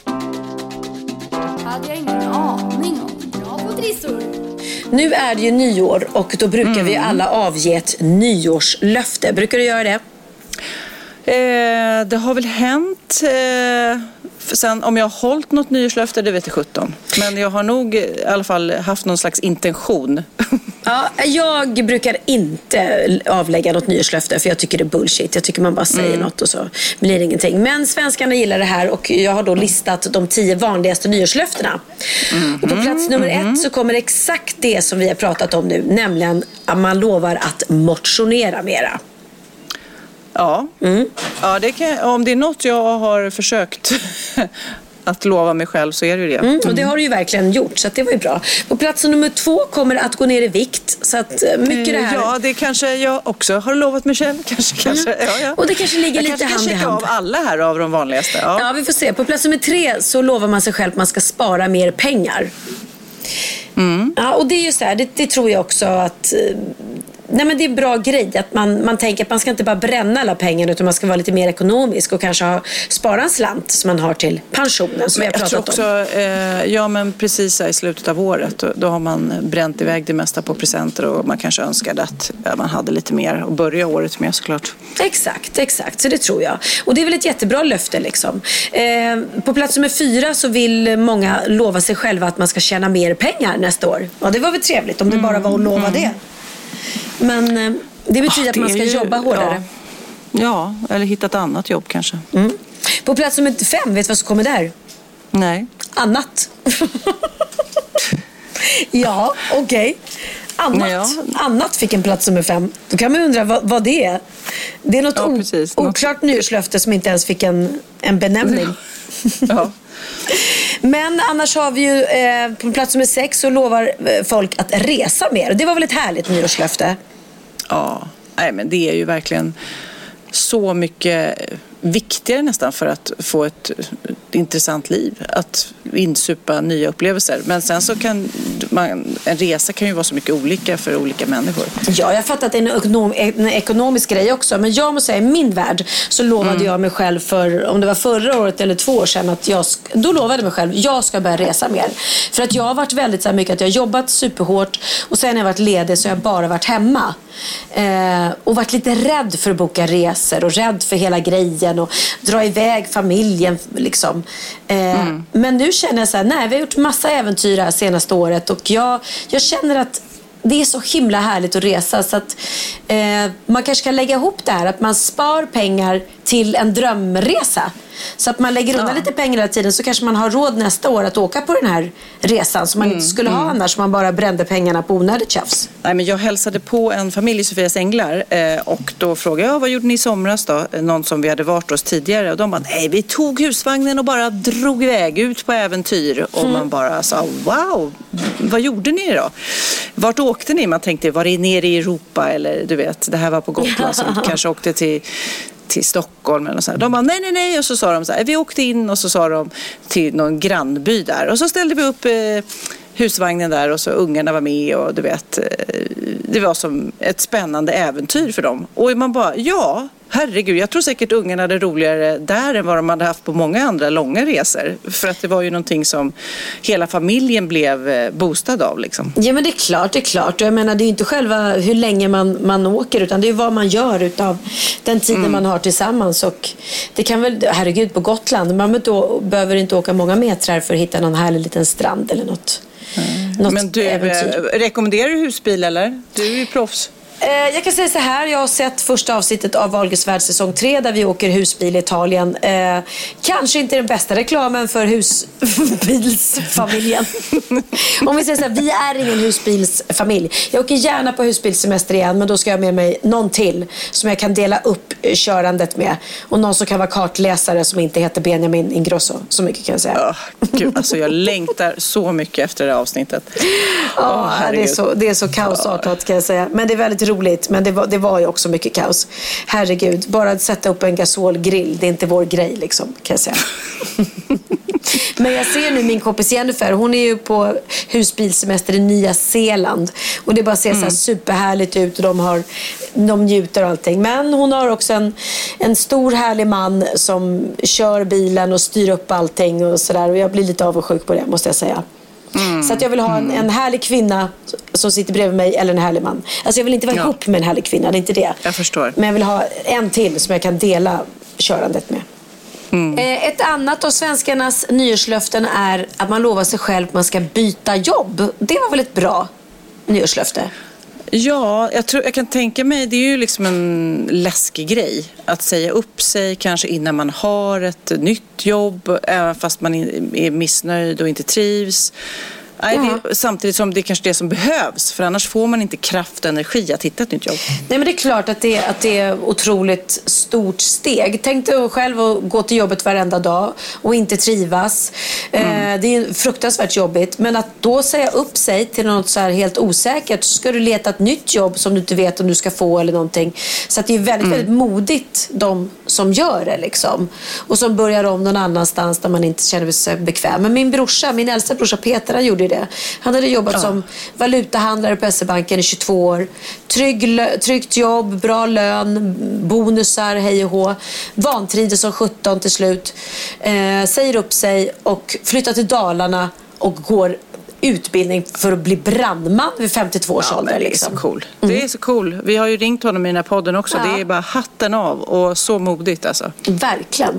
Hade jag ingen aning om. Bra på trissor. Nu är det ju nyår och då brukar vi alla avge ett nyårslöfte. Brukar du göra det? Det har väl hänt. Sen om jag har hållit något nyårslöfte, det vet jag 17. Men jag har nog i alla fall haft någon slags intention. Ja, jag brukar inte avlägga något nyårslöfte för jag tycker det är bullshit. Jag tycker man bara säger något och så blir det ingenting. Men svenskarna gillar det här och jag har då listat de 10 vanligaste nyårslöftena. Och på plats nummer 1 så kommer exakt det som vi har pratat om nu, nämligen att man lovar att motionera mera. Ja, ja det kan, om det är något jag har försökt att lova mig själv så är det ju det. Och det har du ju verkligen gjort, så att det var ju bra. På plats nummer 2 kommer att gå ner i vikt. Så att mycket det här... Ja, det kanske jag också har lovat mig själv. Kanske. Ja. Och det kanske ligger jag lite hand i hand. Jag checka av alla här av de vanligaste. Ja, vi får se. På plats nummer 3 så lovar man sig själv att man ska spara mer pengar. Ja, och det är ju så här, det tror jag också att... Nej, men det är en bra grej att man tänker att man ska inte bara bränna alla pengar utan man ska vara lite mer ekonomisk och kanske spara en slant som man har till pensionen som vi har pratat också, om. Ja, men precis i slutet av året då har man bränt iväg det mesta på presenter och man kanske önskade att man hade lite mer och börja året med såklart. Exakt, så det tror jag. Och det är väl ett jättebra löfte liksom. På plats nummer 4 så vill många lova sig själva att man ska tjäna mer pengar nästa år. Ja, det var väl trevligt om det bara var att lova det. Men det betyder att man ska jobba hårdare. Ja, eller hitta ett annat jobb kanske. På plats nummer 5, vet du vad som kommer där? Nej. Annat. Ja, okej. Annat fick en plats nummer 5. Då kan man undra vad det är. Det är något oklart nyårslöfte som inte ens fick en benämning. Ja. Men annars har vi ju på plats nummer 6 så lovar folk att resa mer. Det var väl ett härligt nyårslöfte? Ja, nej, men det är ju verkligen så mycket viktigare nästan för att få ett intressant liv. Att insupa nya upplevelser. Men sen så kan en resa kan ju vara så mycket olika för olika människor. Ja, jag har fattat en ekonomisk grej också. Men jag måste säga, i min värld så lovade jag mig själv för, om det var förra året eller 2 år sedan, att då lovade jag mig själv, jag ska börja resa mer. För att jag har varit väldigt så här mycket att jag har jobbat superhårt och sen när jag varit ledig så har jag bara varit hemma. Och varit lite rädd för att boka resor och rädd för hela grejen och dra iväg familjen liksom. Men nu känner jag så här, nej, vi har gjort massa äventyr här senaste året och jag känner att det är så himla härligt att resa så att man kanske kan lägga ihop det här att man spar pengar till en drömresa. Så att man lägger undan lite pengar hela tiden så kanske man har råd nästa år att åka på den här resan som man inte skulle ha annars man bara brände pengarna på onödigt tjafs. Nej, men jag hälsade på en familj i Sofias Änglar och då frågade jag, vad gjorde ni i somras då? Någon som vi hade varit hos tidigare och de bara, nej, vi tog husvagnen och bara drog iväg ut på äventyr och man bara sa, wow, vad gjorde ni då? Vart åkte ni? Man tänkte, var det nere i Europa eller du vet, det här var på Gotland så vi kanske åkte till Stockholm eller så här. De bara nej och så sa de så här, vi åkte in och så sa de till någon grannby där och så ställde vi upp husvagnen där och så ungarna var med och du vet det var som ett spännande äventyr för dem och man bara herregud, jag tror säkert ungarna hade roligare där än vad de hade haft på många andra långa resor. För att det var ju någonting som hela familjen blev boostad av liksom. Ja, men det är klart. Jag menar, det är ju inte själva hur länge man åker, utan det är vad man gör utav den tiden man har tillsammans. Och det kan väl, herregud, på Gotland, man behöver inte åka många metrar för att hitta någon härlig liten strand eller något. Men du, rekommenderar du husbil eller? Du är ju proffs. Jag kan säga så här, jag har sett första avsnittet av Wahlgrens värld säsong 3 där vi åker husbil i Italien. Kanske inte den bästa reklamen för husbilsfamiljen. Om vi säger så här, vi är ingen husbilsfamilj. Jag åker gärna på husbilssemester igen, men då ska jag med mig någon till som jag kan dela upp körandet med. Och någon som kan vara kartläsare som inte heter Benjamin Ingrosso. Så mycket kan jag säga. Gud, alltså jag längtar så mycket efter det här avsnittet. Det är så kaosartat kan jag säga. Men det är väldigt roligt, men det var ju också mycket kaos. Herregud, bara att sätta upp en gasolgrill, det är inte vår grej liksom, kan jag säga. Men jag ser nu min kompis Jennifer, hon är ju på husbilsemester i Nya Zeeland och det bara ser så här superhärligt ut och de njuter och allting. Men hon har också en stor härlig man som kör bilen och styr upp allting och sådär, och jag blir lite avundsjuk på det, måste jag säga. Så att jag vill ha en härlig kvinna som sitter bredvid mig, eller en härlig man. Alltså jag vill inte vara ihop med en härlig kvinna, det är inte det. Jag förstår. Men jag vill ha en till som jag kan dela körandet med. Ett annat av svenskarnas nyårslöften är att man lovar sig själv att man ska byta jobb. Det var väl ett bra nyårslöfte? Ja, jag kan tänka mig, det är ju liksom en läskig grej att säga upp sig kanske innan man har ett nytt jobb, även fast man är missnöjd och inte trivs. Nej, samtidigt som det är kanske det som behövs, för annars får man inte kraft och energi att hitta ett nytt jobb. Nej, men det är klart att det är otroligt stort steg. Tänk dig själv att gå till jobbet varenda dag och inte trivas. Det är fruktansvärt jobbigt, men att då säga upp sig till något så här helt osäkert, så ska du leta ett nytt jobb som du inte vet om du ska få eller någonting. Så att det är väldigt, väldigt modigt de som gör det liksom. Och som börjar om någon annanstans där man inte känner sig bekväm. Men min äldsta brorsa Peter, han gjorde det. Han hade jobbat som valutahandlare på SE-banken i 22 år. Tryggt jobb, bra lön, bonusar, hej och hå. Vantrivdes som 17 till slut. Säger upp sig och flyttar till Dalarna och går utbildning för att bli brandman vid 52 års ålder. Det är så cool. Det är så cool. Vi har ju ringt honom i den här podden också. Det är bara hatten av och så modigt alltså. Verkligen.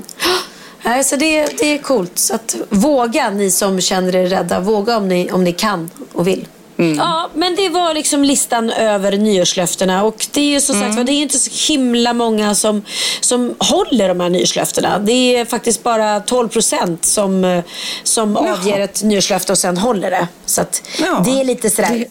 Så det är coolt. Så att våga, ni som känner er rädda. Våga om ni kan och vill. Ja, men det var liksom listan över nyårslöftena. Och det är ju så sagt, det är inte så himla många som håller de här nyårslöftena. Det är faktiskt bara 12% som avger ett nyårslöfte och sen håller det. Så att det är lite sådär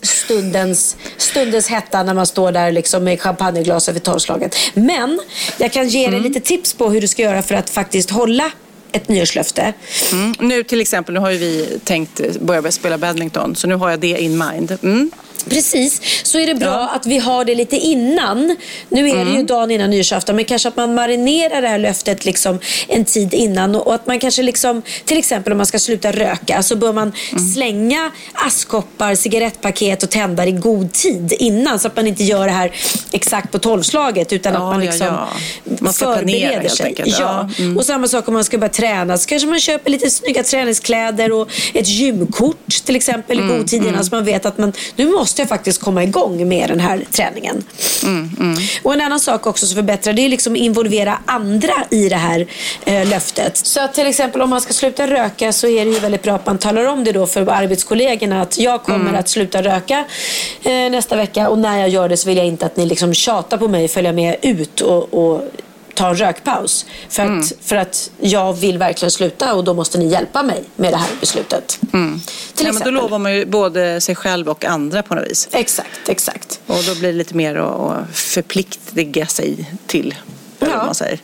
stundens hetta när man står där liksom med champagneglas över tolvslaget. Men jag kan ge dig lite tips på hur du ska göra för att faktiskt hålla ett nyårslöfte. Nu till exempel, nu har ju vi tänkt börja spela badminton, så nu har jag det in mind. Precis, så är det bra att vi har det lite innan. Nu är det ju dagen innan nyårsafton, men kanske att man marinerar det här löftet liksom en tid innan, och att man kanske liksom, till exempel om man ska sluta röka, så bör man slänga askkoppar, cigarettpaket och tändare i god tid innan, så att man inte gör det här exakt på tolvslaget, utan att man liksom man ska förbereder sig. Och samma sak om man ska börja träna, så kanske man köper lite snygga träningskläder och ett gymkort till exempel i god tid innan, så man vet att nu måste jag faktiskt komma igång med den här träningen. Och en annan sak också som förbättrar, det är liksom involvera andra i det här löftet. Så att till exempel om man ska sluta röka, så är det ju väldigt bra att man talar om det då för arbetskollegorna, att jag kommer att sluta röka nästa vecka, och när jag gör det så vill jag inte att ni liksom tjatar på mig, följa med ut och ta en rökpaus. För att jag vill verkligen sluta, och då måste ni hjälpa mig med det här beslutet. Men då lovar man ju både sig själv och andra på något vis. Exakt. Och då blir det lite mer att förpliktiga sig till, eller vad man säger.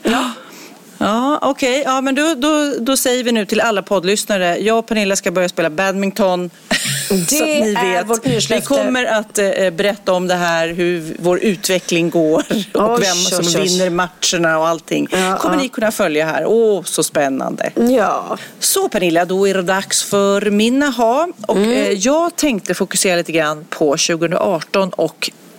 Ja, okej. Ja, men då säger vi nu till alla poddlyssnare. Jag och Pernilla ska börja spela badminton. Det så att ni vet. Vårt nyårslöfte. Vi kommer att berätta om det här, hur vår utveckling går och vem som vinner matcherna och allting. Kommer ni kunna följa här. Så spännande. Ja. Så Pernilla, då är det dags för min aha. Och jag tänkte fokusera lite grann på 2018 och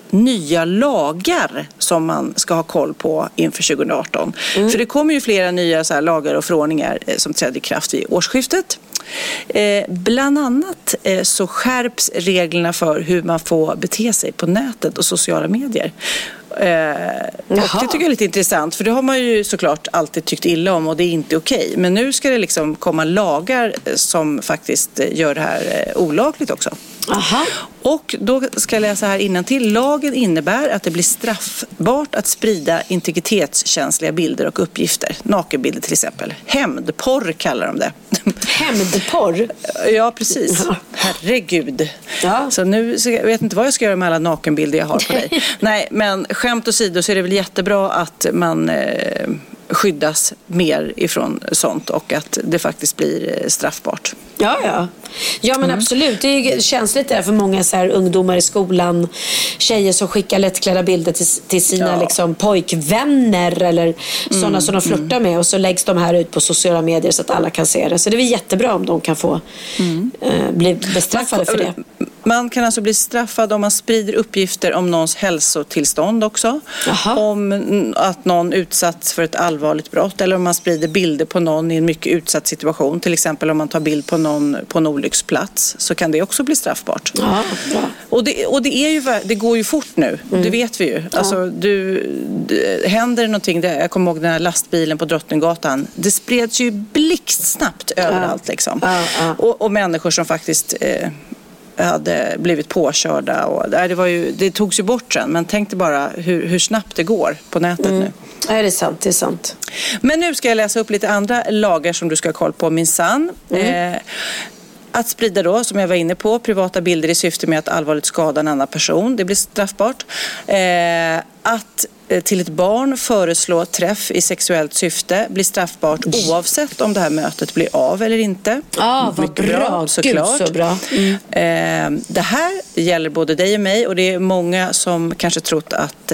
nya lagar som man ska ha koll på inför 2018. För det kommer ju flera nya så här lagar och förordningar som trädde i kraft vid årsskiftet. Bland annat så skärps reglerna för hur man får bete sig på nätet och sociala medier. Och det tycker jag är lite intressant, för det har man ju såklart alltid tyckt illa om och det är inte okej. Men nu ska det liksom komma lagar som faktiskt gör det här olagligt också. Aha. Och då ska jag läsa här innantill. Lagen innebär att det blir straffbart att sprida integritetskänsliga bilder och uppgifter. Nakenbilder till exempel. Hämndporr kallar de det. Hämndporr? Ja, precis. Ja. Herregud. Ja. Så nu jag vet inte vad jag ska göra med alla nakenbilder jag har på dig. Nej, men skämt åsido så är det väl jättebra att man skyddas mer ifrån sånt och att det faktiskt blir straffbart. Ja, men absolut. Det är känsligt där för många så här ungdomar i skolan, tjejer som skickar lättklädda bilder till sina liksom pojkvänner eller sådana som de flörtar med, och så läggs de här ut på sociala medier så att alla kan se det. Så det är väl jättebra om de kan få bli bestraffade för det. Man kan alltså bli straffad om man sprider uppgifter om någons hälsotillstånd också. Aha. Om att någon utsatts för ett allvarligt brott, eller om man sprider bilder på någon i en mycket utsatt situation. Till exempel om man tar bild på någon på en olycksplats, så kan det också bli straffbart. Ja, bra. Och det går ju fort nu, det vet vi ju. Ja. Alltså, händer det någonting, jag kommer ihåg den här lastbilen på Drottninggatan, det spreds ju blixtsnabbt överallt liksom. Och människor som faktiskt hade blivit påkörda och det togs ju bort sen, men tänk dig bara hur snabbt det går på nätet nu. Ja, det är sant. Men nu ska jag läsa upp lite andra lagar som du ska ha koll på, minsann. Att sprida då, som jag var inne på, privata bilder i syfte med att allvarligt skada en annan person, det blir straffbart. Att till ett barn föreslå träff i sexuellt syfte blir straffbart oavsett om det här mötet blir av eller inte. Vad bra, såklart. Gud, så bra. Det här gäller både dig och mig, och det är många som kanske trott att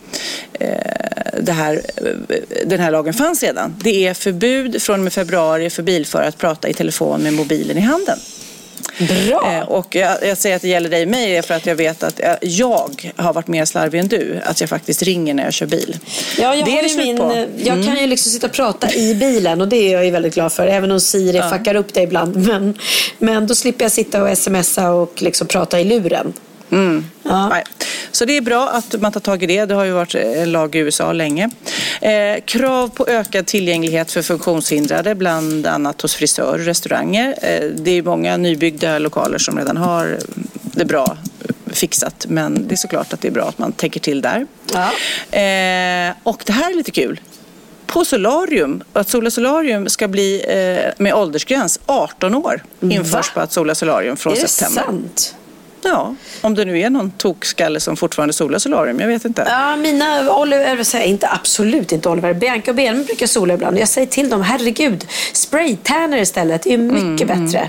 den här lagen fanns redan. Det är förbud från och med februari för bilförare att prata i telefon med mobilen i handen. Bra. Och jag säger att det gäller dig och mig för att jag vet att jag har varit mer slarvig än du, att jag faktiskt ringer när jag kör bil. Ja, jag kan ju liksom sitta och prata i bilen, och det är jag ju väldigt glad för, även om Siri fuckar upp det ibland, men då slipper jag sitta och smsa och liksom prata i luren. Nej. Så det är bra att man tar tag i det. Det har ju varit en lag i USA länge. Krav på ökad tillgänglighet för funktionshindrade, bland annat hos frisörer och restauranger. Det är många nybyggda lokaler som redan har det bra fixat, men det är såklart att det är bra att man tänker till där. Och det här är lite kul. På solarium, att Sola Solarium ska bli med åldersgräns 18 år införs på att Sola Solarium från september. Är det sant? Ja, om det nu är någon tokskalle som fortfarande solar solarium, jag vet inte. Ja, mina Oliver säger absolut inte Oliver. Bianca och Benjamin brukar sola ibland. Jag säger till dem, herregud, spraytanner istället är mycket bättre.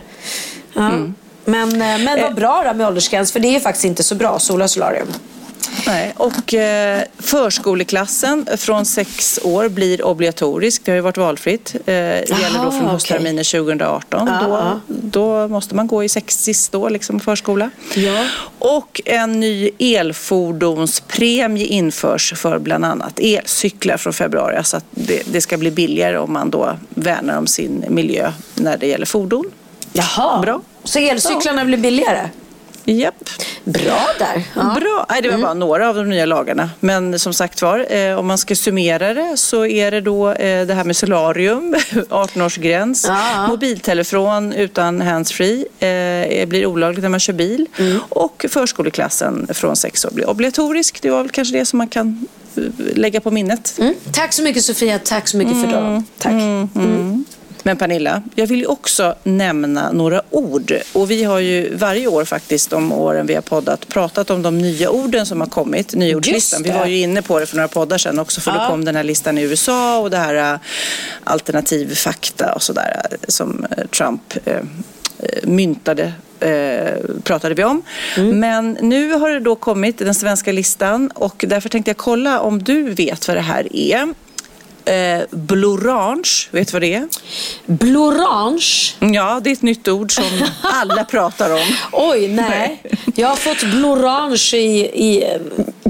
Men vad bra då med åldersgräns, för det är ju faktiskt inte så bra sola solarium. Nej, och förskoleklassen från 6 år blir obligatorisk. Det har ju varit valfritt. Det gäller då från höstterminen 2018. Då måste man gå i sista år liksom förskola. Ja. Och en ny elfordonspremie införs för bland annat elcyklar från februari. Så att det ska bli billigare om man då värnar om sin miljö när det gäller fordon. Jaha, bra. Så elcyklarna blir billigare? Japp. Bra där. Ja. Bra. Nej, det var bara några av de nya lagarna. Men som sagt var, om man ska summera det, så är det då det här med solarium, 18-årsgräns, mobiltelefon utan handsfree blir olagligt när man kör bil, och förskoleklassen från 6 år blir obligatorisk. Det var väl kanske det som man kan lägga på minnet. Tack så mycket, Sofia. Tack så mycket för dagen. Tack. Men Pernilla, jag vill ju också nämna några ord. Och vi har ju varje år faktiskt, de åren vi har poddat, pratat om de nya orden som har kommit, nyordslistan. Vi var ju inne på det för några poddar sedan också, för då kom den här listan i USA och det här alternativ fakta och sådär som Trump myntade. Pratade vi om. Men nu har det då kommit den svenska listan, och därför tänkte jag kolla om du vet vad det här är. Blorange, vet du vad det är? Blorange? Ja, det är ett nytt ord som alla pratar om. Oj, nej. Jag har fått blorange i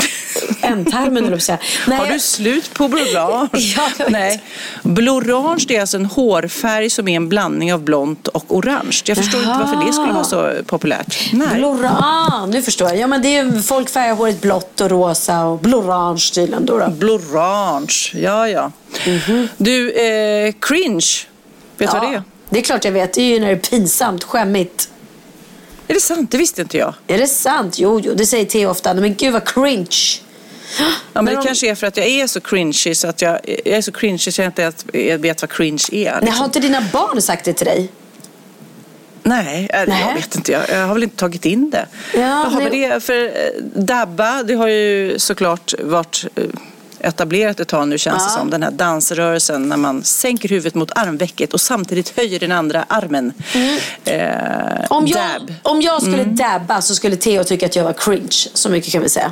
ändtarmen, eller så. Nej, har du slut på blåorange? Ja, jag vet. Nej. Blåorange är alltså en hårfärg som är en blandning av blont och orange. Jag förstår inte varför det skulle vara så populärt. Nej. Nu förstår jag. Ja, men det är folk färgar håret blått och rosa och blåorange stilen då. Blåorange, ja. Mm-hmm. Du, cringe. Vet du vad det är? Det är klart jag vet. Det är ju när det är pinsamt, skämmigt. Är det sant? Det visste inte jag. Är det sant? Jo, det säger Theo ofta. Men gud vad cringe. Ja, men det kanske är för att jag är så cringy så att jag är så cringy så jag inte vet vad cringe är. Liksom. Nej, har inte dina barn sagt det till dig? Nej, jag vet inte. Jag har väl inte tagit in det. För Dabba, det har ju såklart varit etablerat ett tag nu, känns det som. Den här dansrörelsen när man sänker huvudet mot armvecket och samtidigt höjer den andra armen. Om jag skulle dabba så skulle Theo tycka att jag var cringe. Så mycket kan vi säga.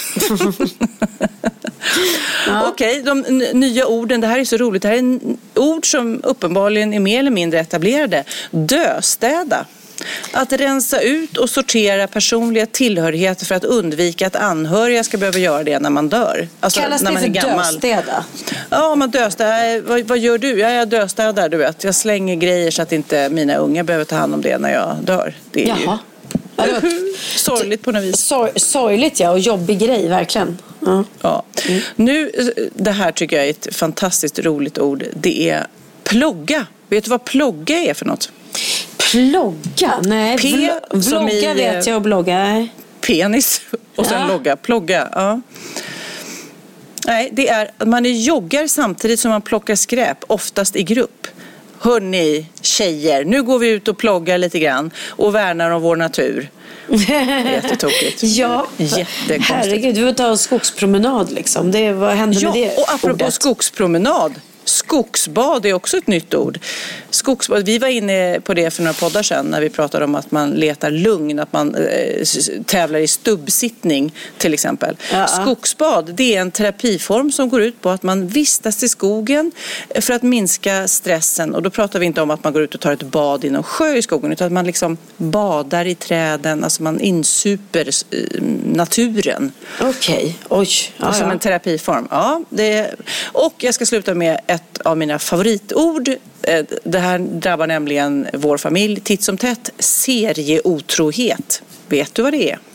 Okej, de nya orden, det här är så roligt. Det här är ord som uppenbarligen är mer eller mindre etablerade. Döstäda. Att rensa ut och sortera personliga tillhörigheter för att undvika att anhöriga ska behöva göra det när man dör. Alltså, kallas när det man för är gammal. döstäda? Ja, man döstädar. Vad gör du? Jag döstädar, du vet. Jag slänger grejer så att inte mina unga behöver ta hand om det när jag dör. Det är ju sorgligt på något vis. Sorgligt, ja. Och jobbig grej, verkligen. Ja. Nu, det här tycker jag är ett fantastiskt roligt ord. Det är plogga. Vet du vad plogga är för något? Plogga? Nej, vlogga vet jag och blogga. Penis och sen logga. Plogga, ja. Nej, det är att man joggar samtidigt som man plockar skräp, oftast i grupp. Hörni, tjejer, nu går vi ut och ploggar lite grann och värnar om vår natur. Jättetokigt. Ja, jättekonstigt. Herregud, du får ta en skogspromenad liksom. Vad händer med det? Och apropå ordet? Skogspromenad. Skogsbad är också ett nytt ord. Skogsbad, vi var inne på det för några poddar sedan när vi pratade om att man letar lugn, att man tävlar i stubbsittning till exempel. Skogsbad, det är en terapiform som går ut på att man vistas i skogen för att minska stressen. Och då pratar vi inte om att man går ut och tar ett bad i någon sjö i skogen, utan att man liksom badar i träden, alltså man insuper naturen. Okej. Oj. Som en terapiform. Ja, och jag ska sluta med ett av mina favoritord. Det här drabbar nämligen vår familj titt som tätt. Serieotrohet. Vet du vad det är?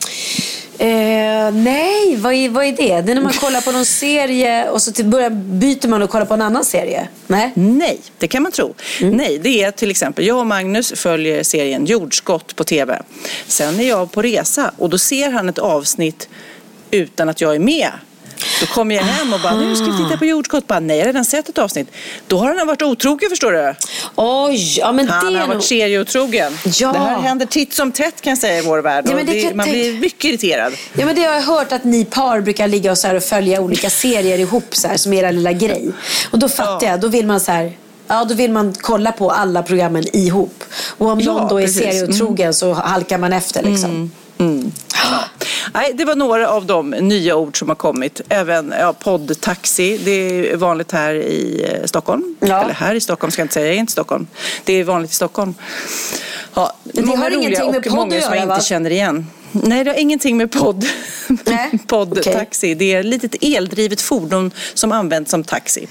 Nej, vad är det? Det är när man kollar på någon serie och så byter man och kollar på en annan serie. Nej, det kan man tro. Nej, det är till exempel jag och Magnus följer serien Jordskott på tv. Sen är jag på resa och då ser han ett avsnitt utan att jag är med. Då kommer jag hem och bara, nu ska vi titta på Jordskott. Bara, nej, jag har redan sett ett avsnitt. Då har han varit otrogen, förstår du. Oj, ja, men han har varit serieotrogen. Ja. Det här händer titt som tätt, kan jag säga, i vår värld. Ja, man blir mycket irriterad. Ja, men det har jag hört att ni par brukar ligga och, så här, och följa olika serier ihop så här, som era lilla grej. Och då fattar jag, då vill man så här... Ja, då vill man kolla på alla programmen ihop. Och om någon då är serieotrogen så halkar man efter liksom. Ja. Nej, det var några av de nya ord som har kommit. Även poddtaxi, det är vanligt här i Stockholm. Eller här i Stockholm ska jag inte säga, jag är inte i Stockholm. Det är vanligt i Stockholm. Ja, det har ingenting med podd många som jag inte känner igen. Nej, det har ingenting med poddtaxi. Det är ett litet eldrivet fordon som används som taxi.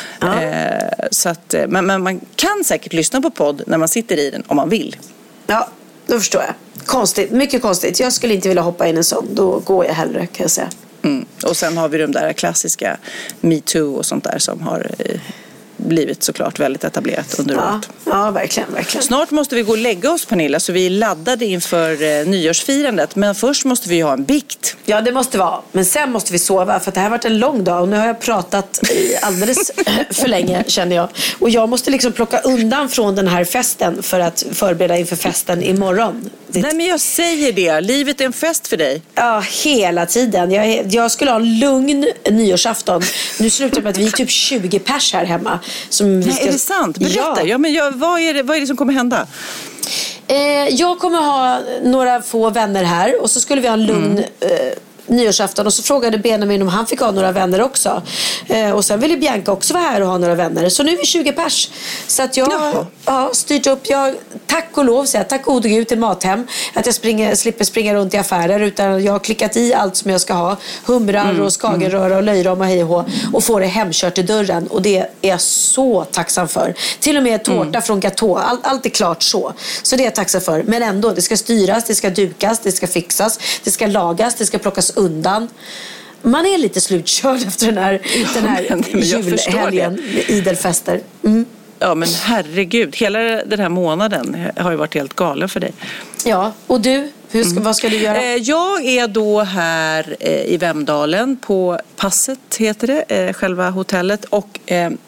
Så att, men man kan säkert lyssna på podd när man sitter i den om man vill. Ja, då förstår jag. Konstigt, mycket konstigt. Jag skulle inte vilja hoppa in en sån. Då går jag hellre, kan jag säga. Och sen har vi de där klassiska Me Too och sånt där som har blivit såklart väldigt etablerat under året. Ja, verkligen. Snart måste vi gå och lägga oss, Pernilla, så vi är laddade inför nyårsfirandet. Men först måste vi ha en bikt. Ja, det måste vara. Men sen måste vi sova, för det här har varit en lång dag och nu har jag pratat alldeles för länge, känner jag. Och jag måste liksom plocka undan från den här festen för att förbereda inför festen imorgon. Nej, men jag säger det. Livet är en fest för dig. Ja, hela tiden. Jag skulle ha en lugn nyårsafton. Nu slutar det med att vi är typ 20 pers här hemma. Nej, är det sant? Berätta. Ja, men vad är det som kommer hända? Jag kommer ha några få vänner här och så skulle vi ha en lugn nyårsafton och så frågade Benjamin om han fick ha några vänner också. Och sen ville Bianca också vara här och ha några vänner. Så nu är vi 20 pers. Så att jag har styrt upp, tack och lov säger jag, tack gode Gud till Mathem att jag slipper springa runt i affärer, utan jag har klickat i allt som jag ska ha. Humrar och skagenröra och löjrom och hej och får det hemkört i dörren. Och det är jag så tacksam för. Till och med tårta från Gatå. Allt är klart så. Så det är jag tacksam för. Men ändå, det ska styras, det ska dukas, det ska fixas, det ska lagas, det ska plockas undan. Man är lite slutkörd efter den här julhelgen med idelfester. Ja, men herregud, hela den här månaden har ju varit helt galen för dig. Ja, och du? Vad ska du göra? Jag är då här i Vemdalen på Passet heter det, själva hotellet, och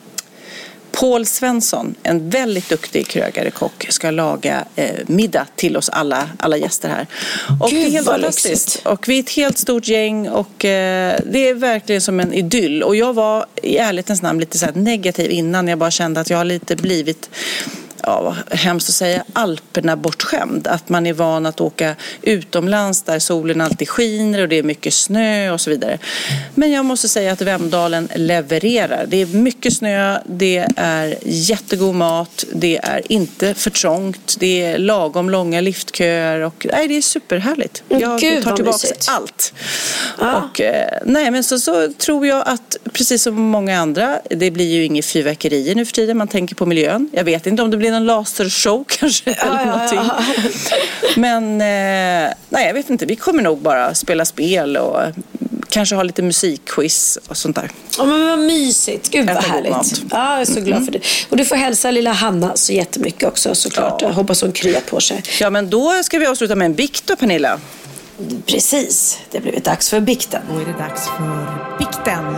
Paul Svensson, en väldigt duktig krögarekock, ska laga middag till oss alla gäster här. Och Gud, det är helt fantastiskt. Och vi är ett helt stort gäng och det är verkligen som en idyll. Och jag var i ärlighetens namn lite så här negativ innan. Jag bara kände att jag har lite blivit, hemskt att säga, Alperna bortskämd. Att man är van att åka utomlands där solen alltid skiner och det är mycket snö och så vidare. Men jag måste säga att Vemdalen levererar. Det är mycket snö, det är jättegod mat, det är inte för trångt, det är lagom långa liftköer och det är superhärligt. Jag tar tillbaka allt. Och men så tror jag att precis som många andra, det blir ju inget fyrverkerier nu för tiden, man tänker på miljön. Jag vet inte om det blir någon lasershow kanske eller någonting. Men jag vet inte, vi kommer nog bara spela spel och kanske ha lite musikquiz och sånt där. Ja, men vad mysigt. Gud vad härligt. Ja, jag är så glad för det. Och du får hälsa lilla Hanna så jättemycket också såklart. Jag hoppas hon kryar på sig. Ja, men då ska vi avsluta med en bikt då, Pernilla. Precis, det har blivit dags för bikten. Då är det dags för bikten.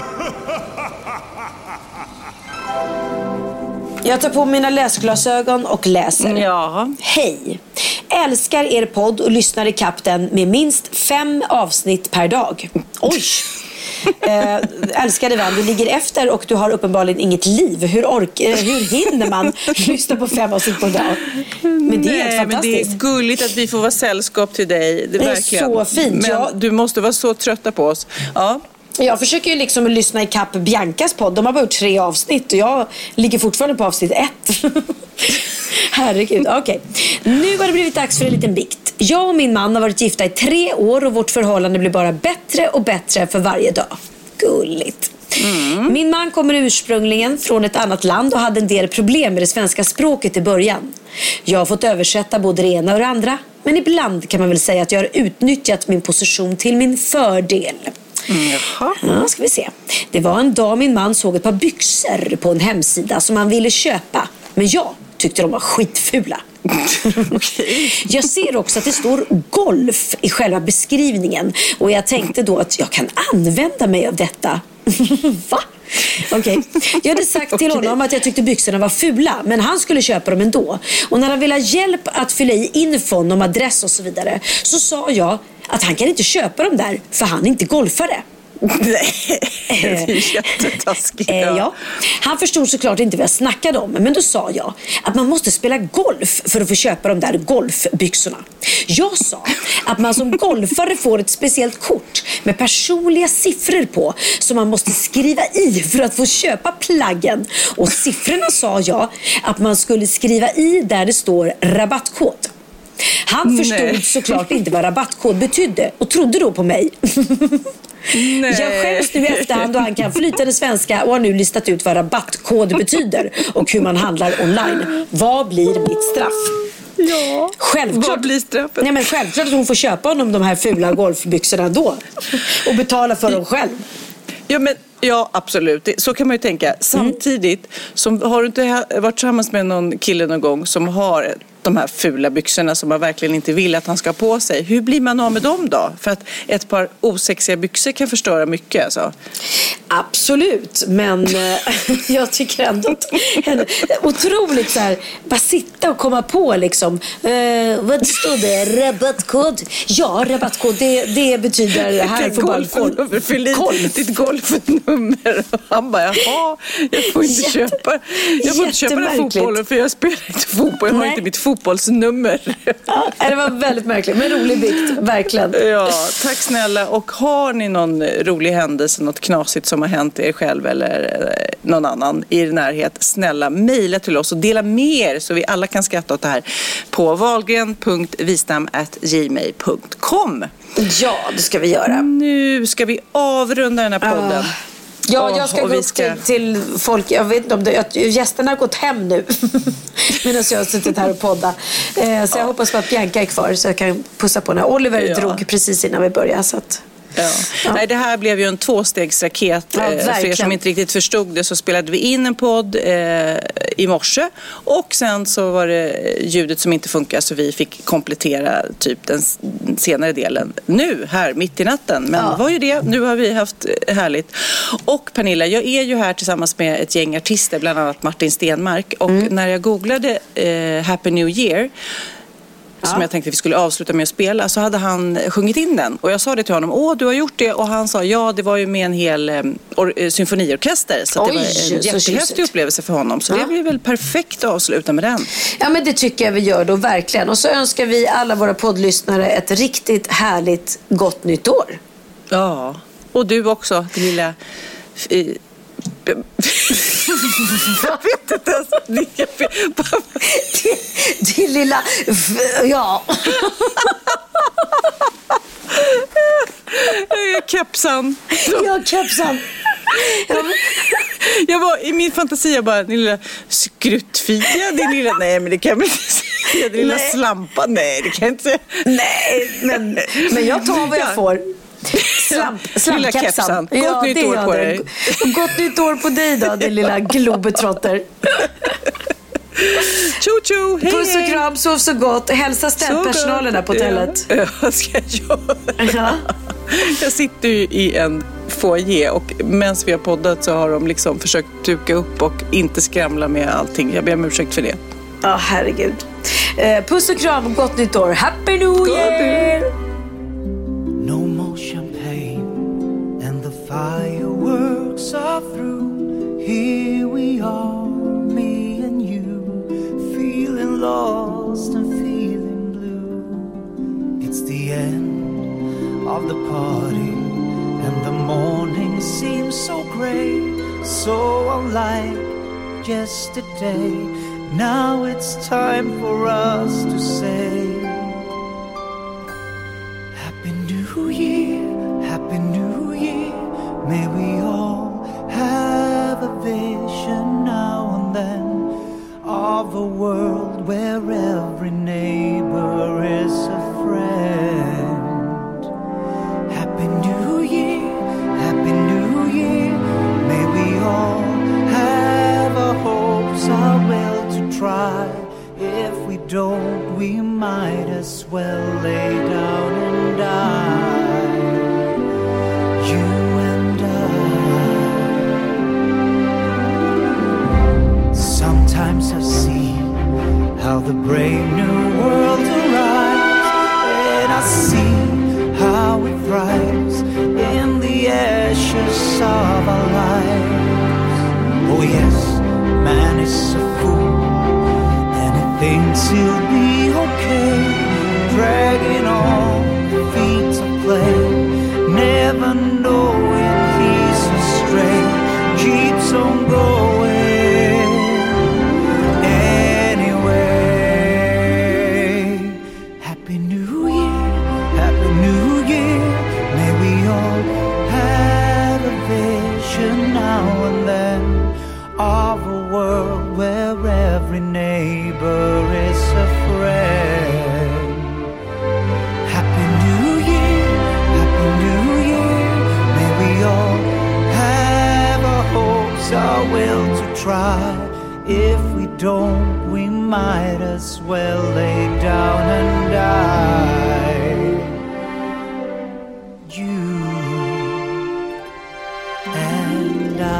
Jag tar på mina läsglasögon och läser. Ja. Hej! Älskar er podd och lyssnar i kapten med minst 5 avsnitt per dag. Oj! Älskade vän, du ligger efter och du har uppenbarligen inget liv. Hur hinner man lyssna på 5 avsnitt per dag? Men det är helt fantastiskt. Men det är gulligt att vi får vara sällskap till dig. Det är verkligen så fint. Men du måste vara så trötta på oss. Ja. Jag försöker ju liksom lyssna i kapp Biancas podd. De har bara gjort 3 avsnitt och jag ligger fortfarande på avsnitt 1. Herregud, okej. Nu har det blivit dags för en liten bikt. Jag och min man har varit gifta i 3 år och vårt förhållande blir bara bättre och bättre för varje dag. Gulligt. Min man kommer ursprungligen från ett annat land och hade en del problem med det svenska språket i början. Jag har fått översätta både det ena och det andra, men ibland kan man väl säga att jag har utnyttjat min position till min fördel. Ja, ska vi se. Det var en dag min man såg ett par byxor på en hemsida som han ville köpa, men jag tyckte de var skitfula. Jag ser också att det står golf i själva beskrivningen och jag tänkte då att jag kan använda mig av detta. Va? Okej. Jag hade sagt till honom att jag tyckte byxorna var fula, men han skulle köpa dem ändå. Och när han ville ha hjälp att fylla i infon om adress och så vidare, så sa jag att han kan inte köpa dem där för han är inte golfare. Nej, det är jättetaskigt. Ja. Han förstod såklart inte vad jag snackade om, men då sa jag att man måste spela golf för att få köpa de där golfbyxorna. Jag sa att man som golfare får ett speciellt kort med personliga siffror på som man måste skriva i för att få köpa plaggen. Och siffrorna sa jag att man skulle skriva i där det står rabattkod. Han förstod såklart inte vad rabattkod betydde och trodde då på mig. Nej. Jag skäms nu i efterhand och han kan flytande svenska och har nu listat ut vad rabattkod betyder och hur man handlar online. Vad blir mitt straff? Ja, självklart, vad blir straffet? Nej, men självklart att hon får köpa honom de här fula golfbyxorna då och betala för dem själv. Ja, absolut. Så kan man ju tänka. Samtidigt, som har du inte varit tillsammans med någon kille någon gång som har de här fula byxorna som man verkligen inte vill att han ska ha på sig. Hur blir man av med dem då? För att ett par osexiga byxor kan förstöra mycket. Alltså. Absolut, men jag tycker ändå att otroligt så här, bara sitta och komma på liksom, vad står det? Rabattkod? Ja, rabattkod, det betyder det här för golfnummer, fyll ditt golfnummer. Och han bara, jaha, jag får inte köpa den här fotbollen för jag spelar inte fotboll, jag har inte mitt fotbollsnummer. Ja, det var väldigt märkligt, men rolig bikt, verkligen. Ja, tack snälla. Och har ni någon rolig händelse, något knasigt som har hänt er själv eller någon annan i er närhet, snälla mejla till oss och dela med er så vi alla kan skratta åt det här på wahlgren.wistam@gmail.com. Ja, det ska vi göra. Nu ska vi avrunda den här podden. Ja, jag ska gå upp till folk. Jag vet inte om gästerna har gått hem nu medan jag har suttit här och podda. Så jag hoppas på att Bianca är kvar så jag kan pussa på henne. Oliver drog precis innan vi började så att... Ja. Nej, det här blev ju en tvåstegsraket. För er som inte riktigt förstod det så spelade vi in en podd i morse och sen så var det ljudet som inte funkar så vi fick komplettera typ den senare delen nu här mitt i natten. Men vad var ju det? Nu har vi haft härligt. Och Pernilla, jag är ju här tillsammans med ett gäng artister, bland annat Martin Stenmark, och när jag googlade Happy New Year som jag tänkte vi skulle avsluta med att spela, så hade han sjungit in den. Och jag sa det till honom, du har gjort det. Och han sa, ja, det var ju med en hel symfoniorkester. Så det var en jättehäftig upplevelse för honom. Så det blir väl perfekt att avsluta med den. Ja, men det tycker jag vi gör då, verkligen. Och så önskar vi alla våra poddlyssnare ett riktigt härligt gott nytt år. Ja, och du också, det lilla... jag vet inte ens. Din lilla... Ja. Kepsan. Ja, kepsan. Jag var i min fantasi, jag bara, din lilla skruttfia, din lilla... Nej, men det kan man inte säga. Din lilla slampa, nej, det kan jag inte säga. Nej, men jag tar vad jag får. Slampkepsan. Gott nytt år på dig. Gott nytt år på dig då, din lilla globetrotter. Tjo tjo, hej. Puss och kram, sov så gott. Hälsa städpersonalen där på hotellet. Ja, ska jag göra. Jag sitter ju i en foyer och medan vi har poddat så har de liksom försökt duka upp och inte skramla med allting. Jag ber om ursäkt för det. Ja, herregud. Puss och kram, gott nytt år. Happy New Year! No more champagne and the fireworks are through. Here we are, me and you, feeling lost and feeling blue. It's the end of the party and the morning seems so grey, so unlike yesterday. Now it's time for us to say Happy New Year, Happy New Year. May we all have a vision now and then of a world where every neighbor is a friend. Happy New Year, Happy New Year. May we all have our hopes, our will to try. If we don't, we might as well lay down and die. You and I. Sometimes I see how the brave new world arrives, and I see how it thrives in the ashes of our lives. Oh yes, man is a fool, and he thinks he'll be okay, dragging on feet of clay, never knowing he's astray, keeps on going anyway. Happy New Year, Happy New Year. May we all have a vision now and then of a world where every neighbor is a friend. Happy New Year, Happy New Year. May we all have our hopes, our will to try. If we don't, we might as well lay down and die. You and I.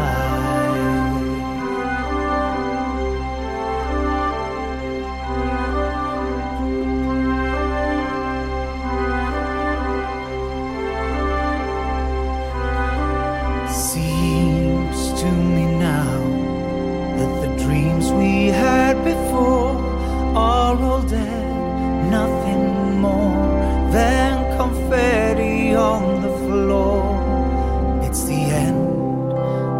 Seems to me now that the dreams we had before are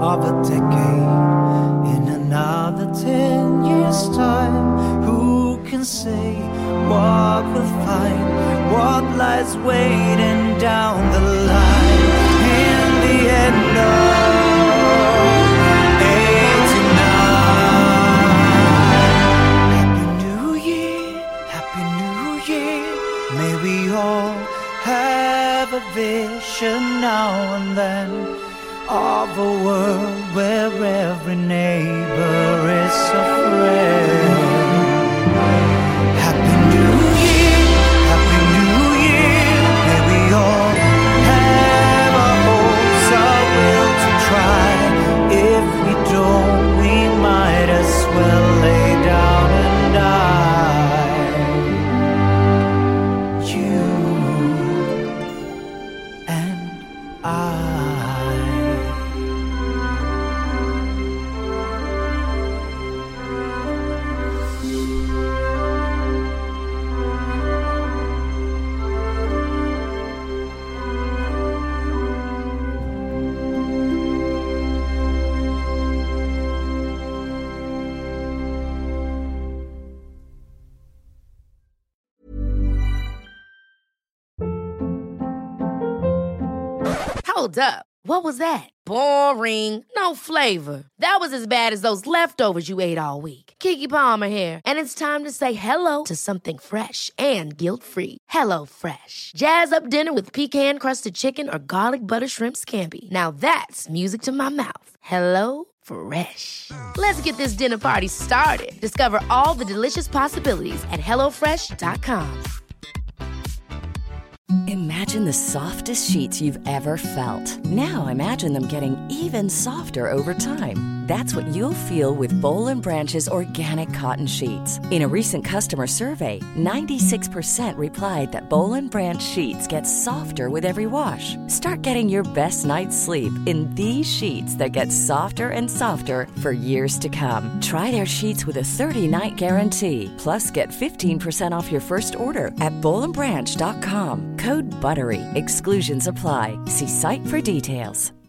of a decade, in another 10 years' time, who can say what we'll find, what lies waiting down the line, in the end of 89. Happy New Year, Happy New Year. May we all have a vision now and then of a world where every neighbor is a friend. Happy New Year, Happy New Year. May we all have a hopes, our will to try. If we don't, we might as well lay down and die. You and I. Hold up. What was that? Boring. No flavor. That was as bad as those leftovers you ate all week. Keke Palmer here, and it's time to say hello to something fresh and guilt-free. Hello Fresh. Jazz up dinner with pecan-crusted chicken or garlic butter shrimp scampi. Now that's music to my mouth. Hello Fresh. Let's get this dinner party started. Discover all the delicious possibilities at hellofresh.com. Imagine the softest sheets you've ever felt. Now imagine them getting even softer over time. That's what you'll feel with Boll & Branch's organic cotton sheets. In a recent customer survey, 96% replied that Boll & Branch sheets get softer with every wash. Start getting your best night's sleep in these sheets that get softer and softer for years to come. Try their sheets with a 30-night guarantee. Plus, get 15% off your first order at bollandbranch.com. Code BUTTERY. Exclusions apply. See site for details.